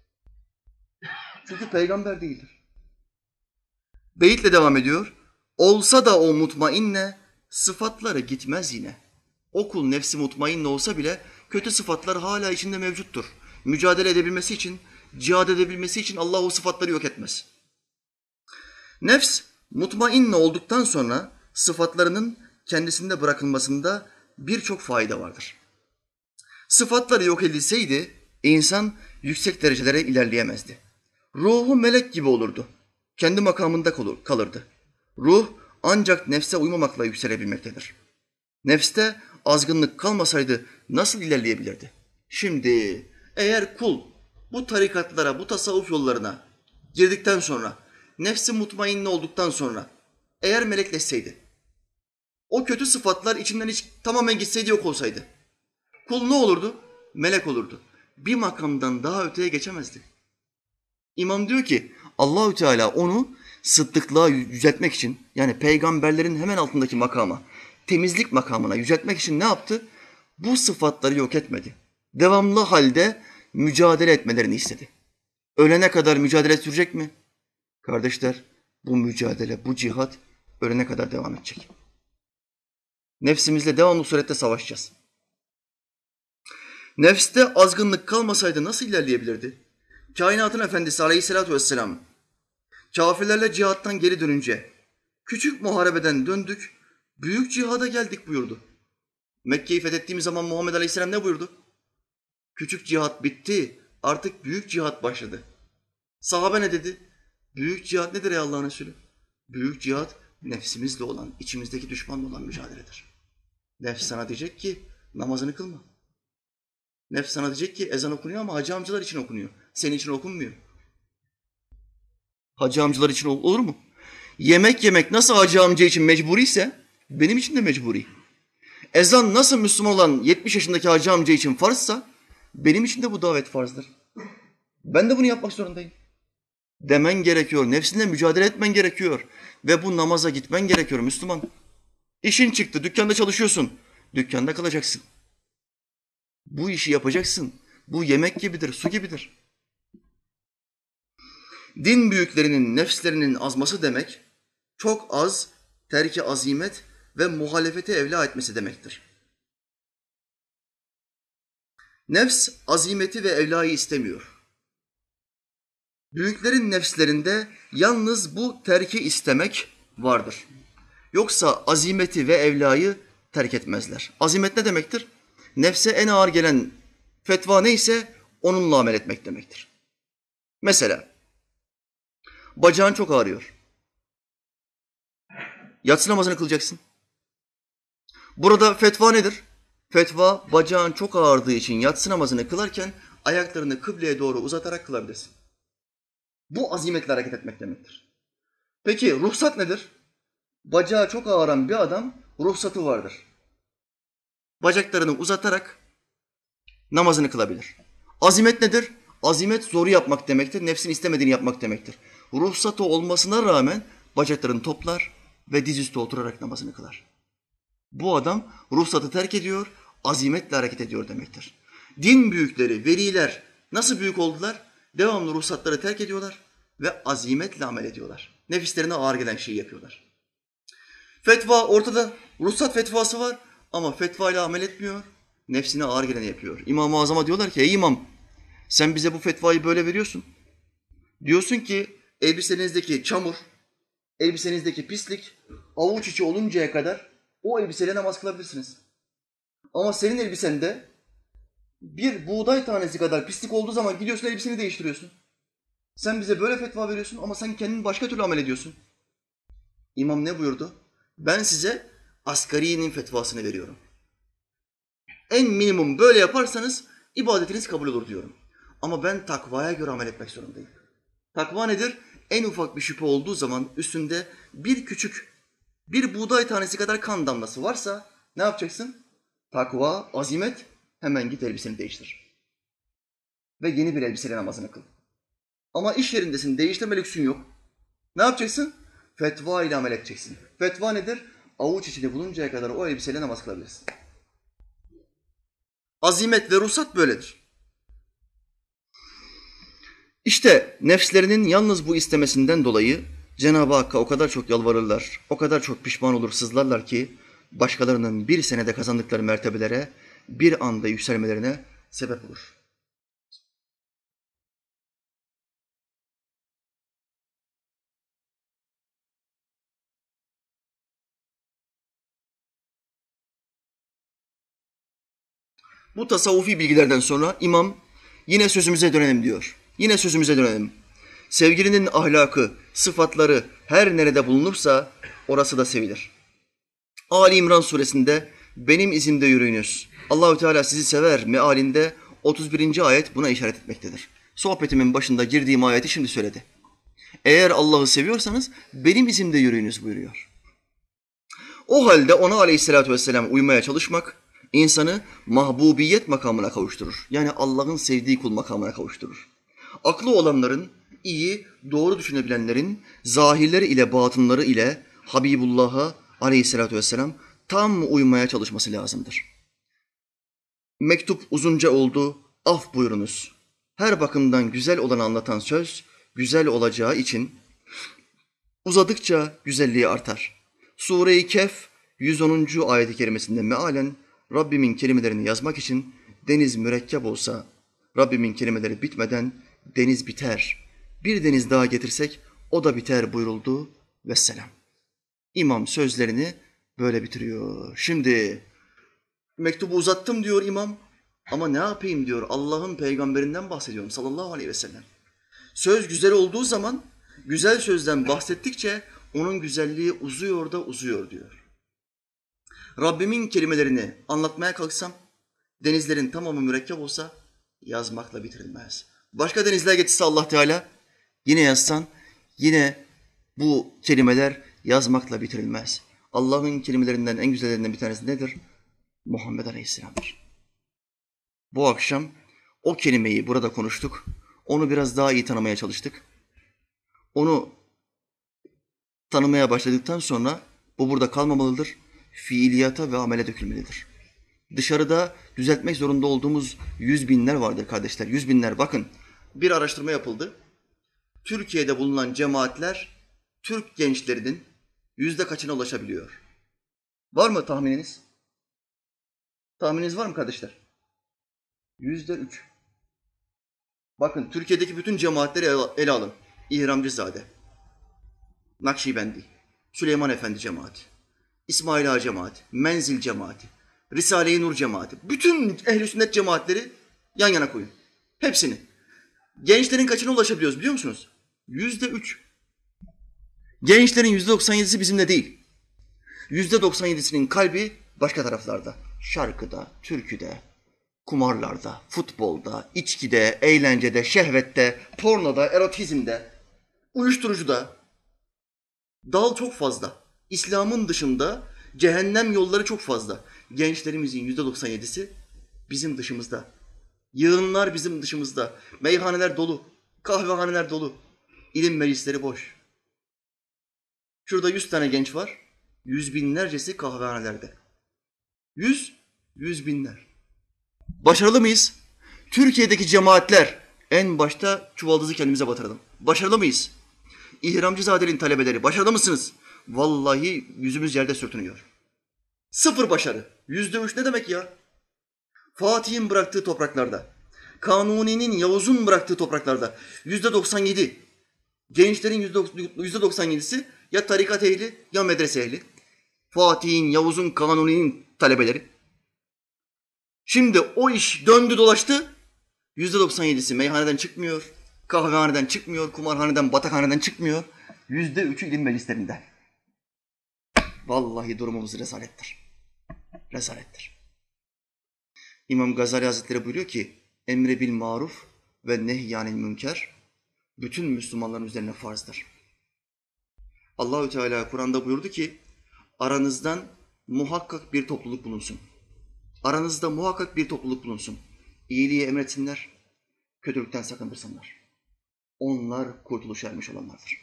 Çünkü peygamber değildir. Beyitle devam ediyor. Olsa da o mutmainne sıfatları gitmez yine. O kul nefsi mutmainne olsa bile kötü sıfatlar hala içinde mevcuttur. Mücadele edebilmesi için, cihad edebilmesi için Allah o sıfatları yok etmez. Nefs mutmainne olduktan sonra sıfatlarının kendisinde bırakılmasında birçok fayda vardır. Sıfatları yok edilseydi insan yüksek derecelere ilerleyemezdi. Ruhu melek gibi olurdu. Kendi makamında kalırdı. Ruh ancak nefse uymamakla yükselebilmektedir. Nefste azgınlık kalmasaydı nasıl ilerleyebilirdi? Şimdi eğer kul bu tarikatlara, bu tasavvuf yollarına girdikten sonra, nefsi mutmainne olduktan sonra eğer melekleşseydi, o kötü sıfatlar içinden hiç tamamen gitseydi, yok olsaydı, kul ne olurdu? Melek olurdu. Bir makamdan daha öteye geçemezdi. İmam diyor ki Allahü Teala onu sıddıklığa yüceltmek için yani peygamberlerin hemen altındaki makama, temizlik makamına yüceltmek için ne yaptı? Bu sıfatları yok etmedi. Devamlı halde mücadele etmelerini istedi. Ölene kadar mücadele sürecek mi? Kardeşler, bu mücadele, bu cihat ölene kadar devam edecek. Nefsimizle devamlı surette savaşacağız. Nefste azgınlık kalmasaydı nasıl ilerleyebilirdi? Kainatın Efendisi Aleyhisselatü Vesselam kafirlerle cihattan geri dönünce küçük muharebeden döndük, büyük cihada geldik buyurdu. Mekke'yi fethettiğimiz zaman Muhammed Aleyhisselam ne buyurdu? Küçük cihat bitti, artık büyük cihat başladı. Sahabe ne dedi? Büyük cihat nedir ey Allah'ın Resulü? Büyük cihat nefsimizle olan, içimizdeki düşmanla olan mücadeledir. Nefs sana diyecek ki namazını kılma. Nefs sana diyecek ki ezan okunuyor ama hacı amcalar için okunuyor. Senin için okunmuyor. Hacı amcalar için olur mu? Yemek yemek nasıl hacı amca için mecburiyse benim için de mecburi. Ezan nasıl Müslüman olan 70 yaşındaki hacı amca için farzsa benim için de bu davet farzdır. Ben de bunu yapmak zorundayım. Demen gerekiyor, nefsinle mücadele etmen gerekiyor ve bu namaza gitmen gerekiyor Müslüman. İşin çıktı, dükkanda çalışıyorsun, dükkanda kalacaksın. Bu işi yapacaksın. Bu yemek gibidir, su gibidir. Din büyüklerinin nefslerinin azması demek, çok az terki azimet ve muhalefete evla etmesi demektir. Nefs azimeti ve evlayı istemiyor. Büyüklerin nefslerinde yalnız bu terki istemek vardır. Yoksa azimeti ve evlayı terk etmezler. Azimet ne demektir? Nefse en ağır gelen fetva neyse onunla amel etmek demektir. Mesela bacağın çok ağrıyor. Yatsı namazını kılacaksın. Burada fetva nedir? Fetva bacağın çok ağrıdığı için yatsı namazını kılarken ayaklarını kıbleye doğru uzatarak kılabilirsin. Bu azimetle hareket etmek demektir. Peki ruhsat nedir? Bacağı çok ağrıyan bir adam ruhsatı vardır. Bacaklarını uzatarak namazını kılabilir. Azimet nedir? Azimet zoru yapmak demektir, nefsin istemediğini yapmak demektir. Ruhsatı olmasına rağmen bacaklarını toplar ve dizüstü oturarak namazını kılar. Bu adam ruhsatı terk ediyor, azimetle hareket ediyor demektir. Din büyükleri, veliler nasıl büyük oldular? Devamlı ruhsatları terk ediyorlar ve azimetle amel ediyorlar. Nefislerine ağır gelen şeyi yapıyorlar. Fetva ortada, ruhsat fetvası var ama fetvayla amel etmiyor, nefsine ağır geleni yapıyor. İmam-ı Azam'a diyorlar ki, ey imam sen bize bu fetvayı böyle veriyorsun. Diyorsun ki elbisenizdeki çamur, elbisenizdeki pislik avuç içi oluncaya kadar o elbiseyle namaz kılabilirsiniz. Ama senin elbisende bir buğday tanesi kadar pislik olduğu zaman gidiyorsun elbiseni değiştiriyorsun. Sen bize böyle fetva veriyorsun ama sen kendin başka türlü amel ediyorsun. İmam ne buyurdu? Ben size asgariyenin fetvasını veriyorum. En minimum böyle yaparsanız ibadetiniz kabul olur diyorum. Ama ben takvaya göre amel etmek zorundayım. Takva nedir? En ufak bir şüphe olduğu zaman üstünde bir buğday tanesi kadar kan damlası varsa ne yapacaksın? Takva, azimet, hemen git elbiseni değiştir. Ve yeni bir elbiseyle namazını kıl. Ama iş yerindesin, değiştirme lüksün yok. Ne yapacaksın? Fetva ile amel edeceksin. Fetva nedir? Avuç içinde buluncaya kadar o elbiseyle namaz kılabilirsin. Azimet ve ruhsat böyledir. İşte nefslerinin yalnız bu istemesinden dolayı Cenab-ı Hakk'a o kadar çok yalvarırlar, o kadar çok pişman olur, sızlarlar ki başkalarının bir senede kazandıkları mertebelere bir anda yükselmelerine sebep olur. Bu tasavvufi bilgilerden sonra imam yine sözümüze dönelim diyor. Yine sözümüze dönelim. Sevgilinin ahlakı, sıfatları her nerede bulunursa orası da sevilir. Ali İmran suresinde benim izimde yürüyünüz. Allahü Teala sizi sever mealinde 31. ayet buna işaret etmektedir. Sohbetimin başında girdiğim ayeti şimdi söyledi. Eğer Allah'ı seviyorsanız benim izimde yürüyünüz buyuruyor. O halde ona aleyhissalatü vesselam uymaya çalışmak insanı mahbubiyet makamına kavuşturur. Yani Allah'ın sevdiği kul makamına kavuşturur. Aklı olanların, iyi, doğru düşünebilenlerin zahirleri ile batınları ile Habibullah'a aleyhissalatü vesselam tam uymaya çalışması lazımdır. Mektup uzunca oldu, af buyurunuz. Her bakımdan güzel olanı anlatan söz, güzel olacağı için uzadıkça güzelliği artar. Sure-i Kehf 110. ayet-i kerimesinde mealen Rabbimin kelimelerini yazmak için deniz mürekkep olsa, Rabbimin kelimeleri bitmeden deniz biter. Bir deniz daha getirsek o da biter buyuruldu vesselam. İmam sözlerini böyle bitiriyor. Şimdi mektubu uzattım diyor imam ama ne yapayım diyor, Allah'ın peygamberinden bahsediyorum sallallahu aleyhi ve sellem. Söz güzel olduğu zaman güzel sözden bahsettikçe Onun güzelliği uzuyor da uzuyor diyor. Rabbimin kelimelerini anlatmaya kalksam, denizlerin tamamı mürekkep olsa yazmakla bitirilmez. Başka denizler getirse Allah Teala, yine yazsan, yine bu kelimeler yazmakla bitirilmez. Allah'ın kelimelerinden en güzellerinden bir tanesi nedir? Muhammed Aleyhisselam'dır. Bu akşam o kelimeyi burada konuştuk. Onu biraz daha iyi tanımaya çalıştık. Onu tanımaya başladıktan sonra bu burada kalmamalıdır. Fiiliyata ve amele dökülmelidir. Dışarıda düzeltmek zorunda olduğumuz 100.000'ler vardır kardeşler. 100.000'ler. Bakın bir araştırma yapıldı. Türkiye'de bulunan cemaatler Türk gençlerinin yüzde kaçına ulaşabiliyor? Var mı tahmininiz? Tahmininiz var mı kardeşler? %3. Bakın Türkiye'deki bütün cemaatleri ele alın. İhramcızade, Nakşibendi, Süleyman Efendi cemaati, İsmail Ağa cemaati, Menzil cemaati, Risale-i Nur cemaati. Bütün ehl-i sünnet cemaatleri yan yana koyun. Hepsini. Gençlerin kaçına ulaşabiliyoruz biliyor musunuz? %3. Gençlerin %97'si bizimle değil. %97'sinin kalbi başka taraflarda. Şarkıda, türküde, kumarlarda, futbolda, içkide, eğlencede, şehvette, pornoda, erotizmde, uyuşturucuda. Dal çok fazla. İslam'ın dışında cehennem yolları çok fazla. Gençlerimizin %97'si bizim dışımızda. Yığınlar bizim dışımızda. Meyhaneler dolu, kahvehaneler dolu. İlim meclisleri boş. Şurada 100 tane genç var. 100.000'lercesi kahvehanelerde. 100.000'ler. Başarılı mıyız? Türkiye'deki cemaatler, en başta çuvaldızı kendimize batıralım. Başarılı mıyız? İhramcızade'nin talebeleri, başarılı mısınız? Vallahi yüzümüz yerde sürtünüyor. Sıfır başarı. %3 ne demek ya? Fatih'in bıraktığı topraklarda, Kanuni'nin, Yavuz'un bıraktığı topraklarda %97. Gençlerin %97'si ya tarikat ehli ya medrese ehli. Fatih'in, Yavuz'un, Kanuni'nin talebeleri. Şimdi o iş döndü dolaştı. %97'si meyhaneden çıkmıyor, kahvehaneden çıkmıyor, kumarhaneden, batakhaneden çıkmıyor. %3'ü ilim meclislerinden. Vallahi durumumuz rezalettir. Rezalettir. İmam Gazali Hazretleri buyuruyor ki, emri bil maruf ve nehyanil münker bütün Müslümanların üzerine farzdır. Allahü Teala Kur'an'da buyurdu ki, aranızdan muhakkak bir topluluk bulunsun. Aranızda muhakkak bir topluluk bulunsun. İyiliği emretsinler, kötülükten sakındırsınlar. Onlar kurtuluşa ermiş olanlardır.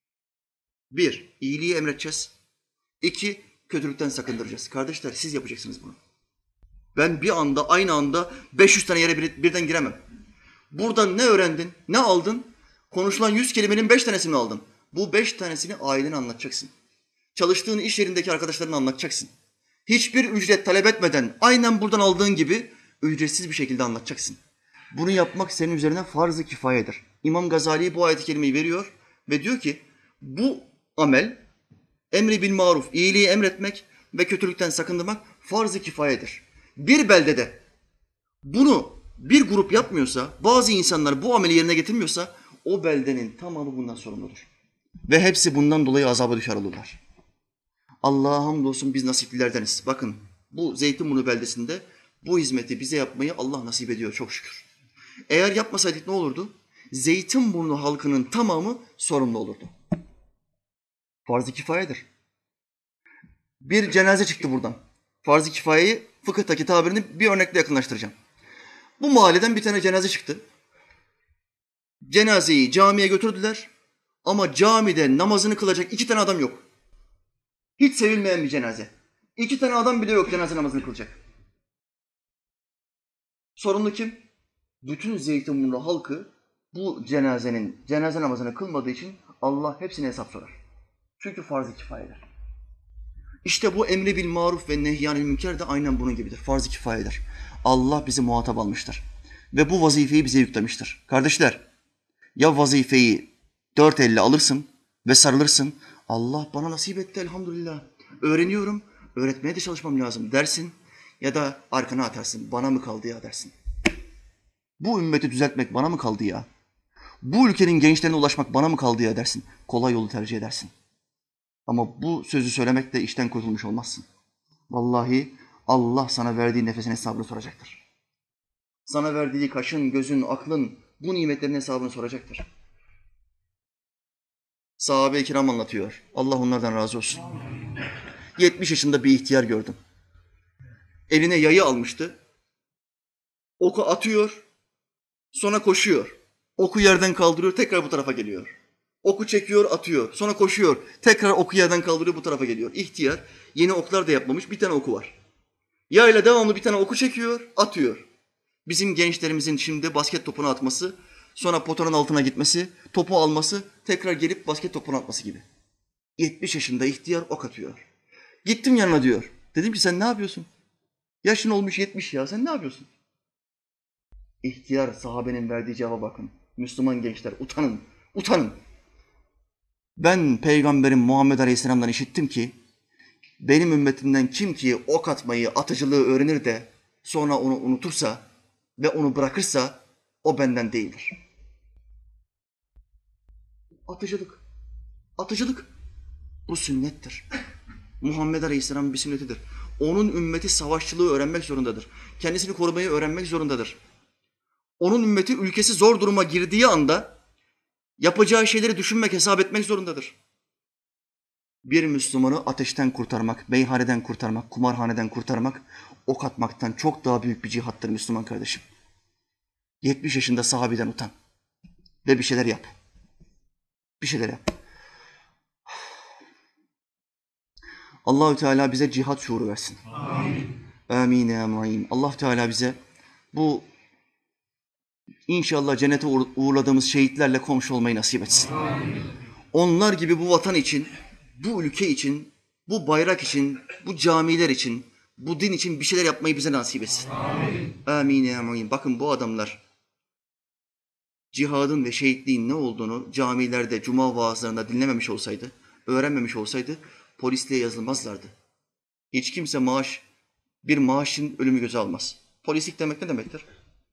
1. İyiliği emredeceğiz. 2. Kötülükten sakındıracağız. Kardeşler siz yapacaksınız bunu. Ben bir anda, aynı anda 500 tane yere birden giremem. Buradan ne öğrendin, ne aldın? Konuşulan 100 kelimenin 5 tanesini aldın. Bu 5 tanesini ailene anlatacaksın. Çalıştığın iş yerindeki arkadaşlarına anlatacaksın. Hiçbir ücret talep etmeden, aynen buradan aldığın gibi ücretsiz bir şekilde anlatacaksın. Bunu yapmak senin üzerine farz-ı kifayedir. İmam Gazali bu ayet-i kerimeyi veriyor ve diyor ki, bu amel, emri bil maruf, iyiliği emretmek ve kötülükten sakındırmak farz-ı kifayedir. Bir beldede bunu bir grup yapmıyorsa, bazı insanlar bu ameli yerine getirmiyorsa, o beldenin tamamı bundan sorumludur. Ve hepsi bundan dolayı azaba düşer olurlar. Allah'a hamdolsun biz nasiplilerdeniz. Bakın bu Zeytinburnu beldesinde bu hizmeti bize yapmayı Allah nasip ediyor çok şükür. Eğer yapmasaydık ne olurdu? Zeytinburnu halkının tamamı sorumlu olurdu. Farz-ı kifayedir. Bir cenaze çıktı buradan. Farz-ı kifayeyi fıkıhtaki tabirini bir örnekle yakınlaştıracağım. Bu mahalleden bir tane cenaze çıktı. Cenazeyi camiye götürdüler ama camide namazını kılacak 2 tane adam yok. Hiç sevilmeyen bir cenaze. 2 tane adam bile yok cenaze namazını kılacak. Sorumlu kim? Bütün Zeytinburnu halkı bu cenaze namazını kılmadığı için Allah hepsine hesap sorar. Çünkü farz-ı kifayedir. İşte bu emri bil maruf ve nehyanil münker de aynen bunun gibidir. Farz-ı kifayedir. Allah bizi muhatap almıştır. Ve bu vazifeyi bize yüklemiştir. Kardeşler, ya vazifeyi 4 elle alırsın ve sarılırsın. Allah bana nasip etti elhamdülillah. Öğreniyorum, öğretmeye de çalışmam lazım dersin. Ya da arkana atarsın, bana mı kaldı ya dersin. Bu ümmeti düzeltmek bana mı kaldı ya? Bu ülkenin gençlerine ulaşmak bana mı kaldı ya dersin. Kolay yolu tercih edersin. Ama bu sözü söylemekle işten kurtulmuş olmazsın. Vallahi Allah sana verdiği nefesin hesabını soracaktır. Sana verdiği kaşın, gözün, aklın, bu nimetlerin hesabını soracaktır. Sahabe-i kiram anlatıyor. Allah onlardan razı olsun. 70 yaşında bir ihtiyar gördüm. Eline yayı almıştı. Oku atıyor, sonra koşuyor. Oku yerden kaldırıyor, tekrar bu tarafa geliyor. Oku çekiyor, atıyor. Sonra koşuyor. Tekrar oku yerden kaldırıyor, bu tarafa geliyor. İhtiyar, yeni oklar da yapmamış, bir tane oku var. Yayla devamlı bir tane oku çekiyor, atıyor. Bizim gençlerimizin şimdi basket topunu atması, sonra potanın altına gitmesi, topu alması, tekrar gelip basket topunu atması gibi. 70 yaşında ihtiyar ok atıyor. Gittim yanına diyor. Dedim ki sen ne yapıyorsun? Yaşın olmuş 70 ya, sen ne yapıyorsun? İhtiyar sahabenin verdiği cevaba bakın. Müslüman gençler utanın, utanın. Ben Peygamberim Muhammed Aleyhisselam'dan işittim ki, benim ümmetimden kim ki ok atmayı, atıcılığı öğrenir de sonra onu unutursa ve onu bırakırsa o benden değildir. Atıcılık, atıcılık bu sünnettir. Muhammed Aleyhisselam'ın bir sünnetidir. Onun ümmeti savaşçılığı öğrenmek zorundadır. Kendisini korumayı öğrenmek zorundadır. Onun ümmeti ülkesi zor duruma girdiği anda yapacağı şeyleri düşünmek, hesap etmek zorundadır. Bir Müslümanı ateşten kurtarmak, meyhaneden kurtarmak, kumarhaneden kurtarmak, ok atmaktan çok daha büyük bir cihattır Müslüman kardeşim. 70 yaşında sahabeden utan ve bir şeyler yap. Bir şeyler yap. Allahü Teala bize cihat şuuru versin. Amin. Amin ya mu'in. Allah Teala bize bu İnşallah cennete uğurladığımız şehitlerle komşu olmayı nasip etsin. Amin. Onlar gibi bu vatan için, bu ülke için, bu bayrak için, bu camiler için, bu din için bir şeyler yapmayı bize nasip etsin. Amin. Amin ya mu'in. Bakın bu adamlar cihadın ve şehitliğin ne olduğunu camilerde, cuma vaazlarında dinlememiş olsaydı, öğrenmemiş olsaydı polisliğe yazılmazlardı. Hiç kimse bir maaşın ölümü göze almaz. Polislik demek ne demektir?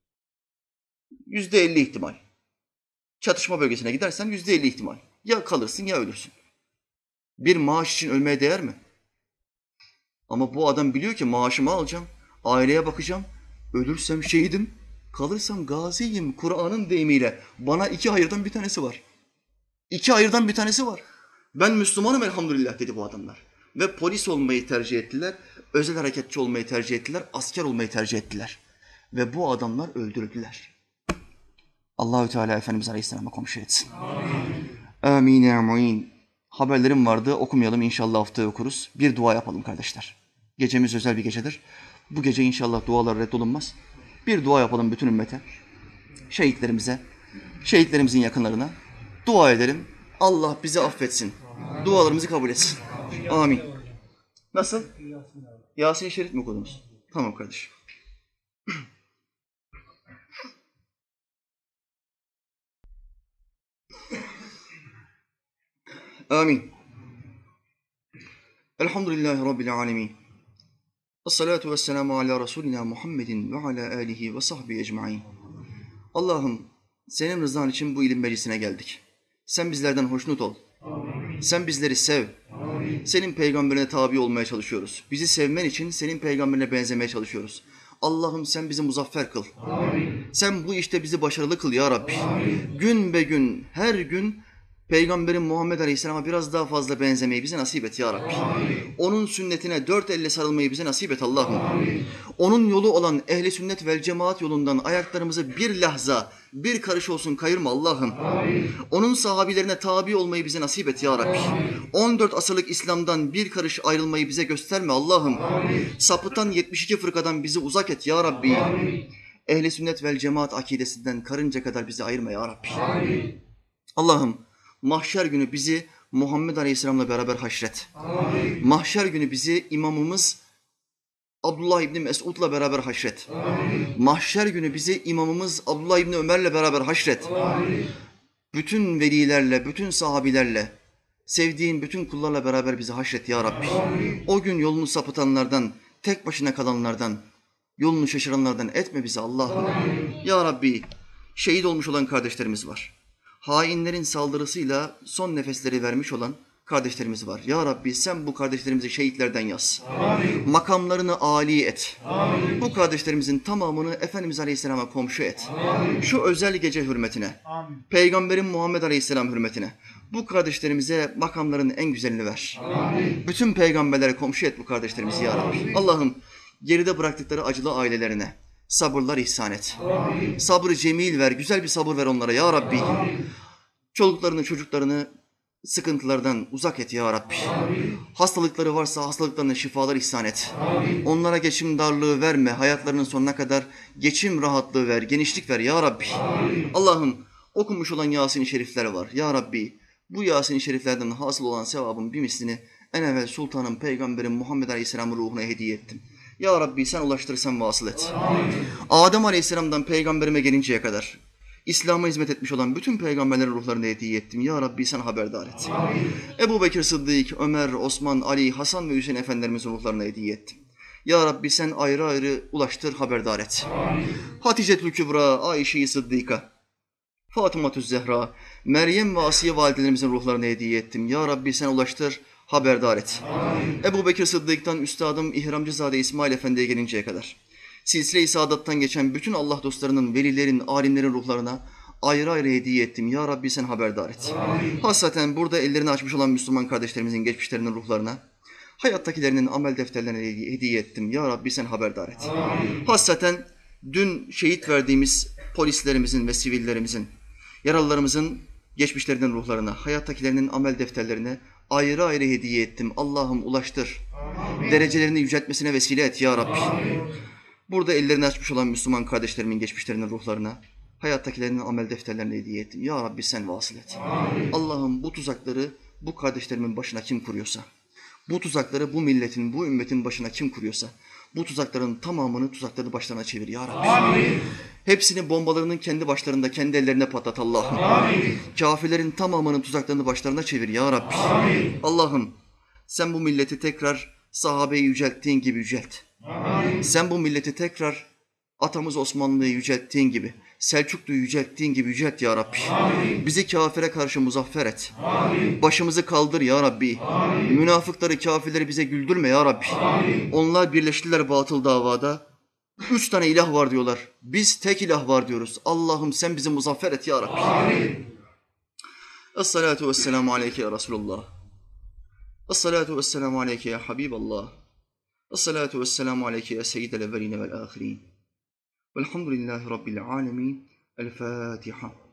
%50 ihtimal. Çatışma bölgesine gidersen %50 ihtimal. Ya kalırsın ya ölürsün. Bir maaş için ölmeye değer mi? Ama bu adam biliyor ki maaşımı alacağım, aileye bakacağım, ölürsem şehidim, kalırsam gaziyim. Kur'an'ın deyimiyle bana 2 hayırdan bir tanesi var. 2 hayırdan bir tanesi var. Ben Müslümanım elhamdülillah dedi bu adamlar. Ve polis olmayı tercih ettiler, özel harekatçı olmayı tercih ettiler, asker olmayı tercih ettiler. Ve bu adamlar öldürüldüler. Allahü Teala Efendimiz Aleyhisselam'a komşu etsin. Amin. Amin ya mu'in. Haberlerim vardı, okumayalım, inşallah haftaya okuruz. Bir dua yapalım kardeşler. Gecemiz özel bir gecedir. Bu gece inşallah dualar reddolunmaz. Bir dua yapalım bütün ümmete, şehitlerimize, şehitlerimizin yakınlarına. Dua edelim, Allah bizi affetsin. Dualarımızı kabul etsin. Amin. Nasıl? Yasin-i Şerif mi okudunuz? Tamam kardeşim. Amin. Elhamdülillahi Rabbil alemin. Esselatu vesselamu ala Resulina Muhammedin ve ala alihi ve sahbihi ecmain. Allah'ım senin rızan için bu ilim meclisine geldik. Sen bizlerden hoşnut ol. Amin. Sen bizleri sev. Amin. Senin peygamberine tabi olmaya çalışıyoruz. Bizi sevmen için senin peygamberine benzemeye çalışıyoruz. Allah'ım sen bizi muzaffer kıl. Amin. Sen bu işte bizi başarılı kıl ya Rabbi. Amin. Gün be gün, her gün Peygamberin Muhammed Aleyhisselam'a biraz daha fazla benzemeyi bize nasip et ya Rabbi. Amin. Onun sünnetine 4 elle sarılmayı bize nasip et Allah'ım. Onun yolu olan ehli sünnet vel cemaat yolundan ayaklarımızı bir lahza, bir karış olsun kayırma Allah'ım. Onun sahabilerine tabi olmayı bize nasip et ya Rabbi. 14 asırlık İslam'dan bir karış ayrılmayı bize gösterme Allah'ım. Sapıtan 72 fırkadan bizi uzak et ya Rabbi. Ehli sünnet vel cemaat akidesinden karınca kadar bizi ayırma ya Rabbi. Allah'ım mahşer günü bizi Muhammed Aleyhisselam'la beraber haşret. Amin. Mahşer günü bizi imamımız Abdullah İbni Mesud'la beraber haşret. Amin. Mahşer günü bizi imamımız Abdullah İbni Ömer'le beraber haşret. Amin. Bütün velilerle, bütün sahabilerle, sevdiğin bütün kullarla beraber bizi haşret ya Rabbi. Amin. O gün yolunu sapıtanlardan, tek başına kalanlardan, yolunu şaşıranlardan etme bizi Allah'ım. Ya Rabbi, şehit olmuş olan kardeşlerimiz var. Hainlerin saldırısıyla son nefesleri vermiş olan kardeşlerimiz var. Ya Rabbi sen bu kardeşlerimizi şehitlerden yaz. Amin. Makamlarını âli et. Amin. Bu kardeşlerimizin tamamını Efendimiz Aleyhisselam'a komşu et. Amin. Şu özel gece hürmetine, Amin. Peygamberin Muhammed Aleyhisselam hürmetine bu kardeşlerimize makamların en güzelini ver. Amin. Bütün peygamberlere komşu et bu kardeşlerimizi ya Rabbi. Allah'ım geride bıraktıkları acılı ailelerine sabırlar ihsan et. Amin. Sabrı cemil ver, güzel bir sabır ver onlara ya Rabbi. Amin. Çoluklarını, çocuklarını sıkıntılardan uzak et ya Rabbi. Amin. Hastalıkları varsa hastalıklarına şifalar ihsan et. Amin. Onlara geçim darlığı verme, hayatlarının sonuna kadar geçim rahatlığı ver, genişlik ver ya Rabbi. Amin. Allah'ım okunmuş olan Yasin-i Şerifler var ya Rabbi. Bu Yasin-i Şeriflerden hasıl olan sevabın bir mislini en evvel Sultanım Peygamberim Muhammed Aleyhisselam'ın ruhuna hediye ettim. Ya Rabbi sen ulaştırırsan vasıl et. Amin. Adem Aleyhisselam'dan peygamberime gelinceye kadar İslam'a hizmet etmiş olan bütün peygamberlerin ruhlarını hediye ettim. Ya Rabbi sen haberdar et. Amin. Ebu Bekir Sıddık, Ömer, Osman, Ali, Hasan ve Hüseyin efendilerimizin ruhlarını hediye ettim. Ya Rabbi sen ayrı ayrı ulaştır, haberdar et. Amin. Hatice-tül Kübra, Ayşe-i Sıddika, Fatıma-tü Zehra, Meryem ve Asiye validelerimizin ruhlarını hediye ettim. Ya Rabbi sen ulaştır, haberdar et. Amin. Ebu Bekir Sıddık'tan Üstadım İhramcızade İsmail Efendi'ye gelinceye kadar silsile-i saadattan geçen bütün Allah dostlarının, velilerin, alimlerin ruhlarına ayrı ayrı hediye ettim. Ya Rabbi sen haberdar et. Amin. Hassaten burada ellerini açmış olan Müslüman kardeşlerimizin geçmişlerinin ruhlarına, hayattakilerinin amel defterlerine hediye ettim. Ya Rabbi sen haberdar et. Amin. Hassaten dün şehit verdiğimiz polislerimizin ve sivillerimizin, yaralılarımızın geçmişlerinin ruhlarına, hayattakilerinin amel defterlerine ayrı ayrı hediye ettim. Allah'ım ulaştır. Amin. Derecelerini yüceltmesine vesile et ya Rabbi. Amin. Burada ellerini açmış olan Müslüman kardeşlerimin geçmişlerinin ruhlarına, hayattakilerinin amel defterlerine hediye ettim. Ya Rabbi sen vasıl et. Amin. Allah'ım bu tuzakları bu kardeşlerimin başına kim kuruyorsa, bu tuzakları bu milletin, bu ümmetin başına kim kuruyorsa, bu tuzakların tamamını tuzakları başlarına çevir ya Rabbi. Amin. Hepsini bombalarının kendi başlarında, kendi ellerine patlat Allah'ım. Amin. Kafirlerin tamamının tuzaklarını başlarına çevir ya Rabbi. Amin. Allah'ım sen bu milleti tekrar sahabeyi yücelttiğin gibi yücelt. Amin. Sen bu milleti tekrar atamız Osmanlı'yı yücelttiğin gibi, Selçuklu'yu yücelttiğin gibi yücelt ya Rabbi. Amin. Bizi kafire karşı muzaffer et. Amin. Başımızı kaldır ya Rabbi. Amin. Münafıkları, kafirleri bize güldürme ya Rabbi. Amin. Onlar birleştiler batıl davada. 3 tane ilah var diyorlar. Biz tek ilah var diyoruz. Allah'ım sen bizi muzaffer et ya Rabbi. Amin. Es-salatu vesselamu aleyke ya Resulallah. Es-salatu vesselamu aleyke ya Habiballah. Es-salatu vesselamu aleyke ya seyyidel evveline vel ahirin. Velhamdülillahi Rabbil alemin. El Fatiha.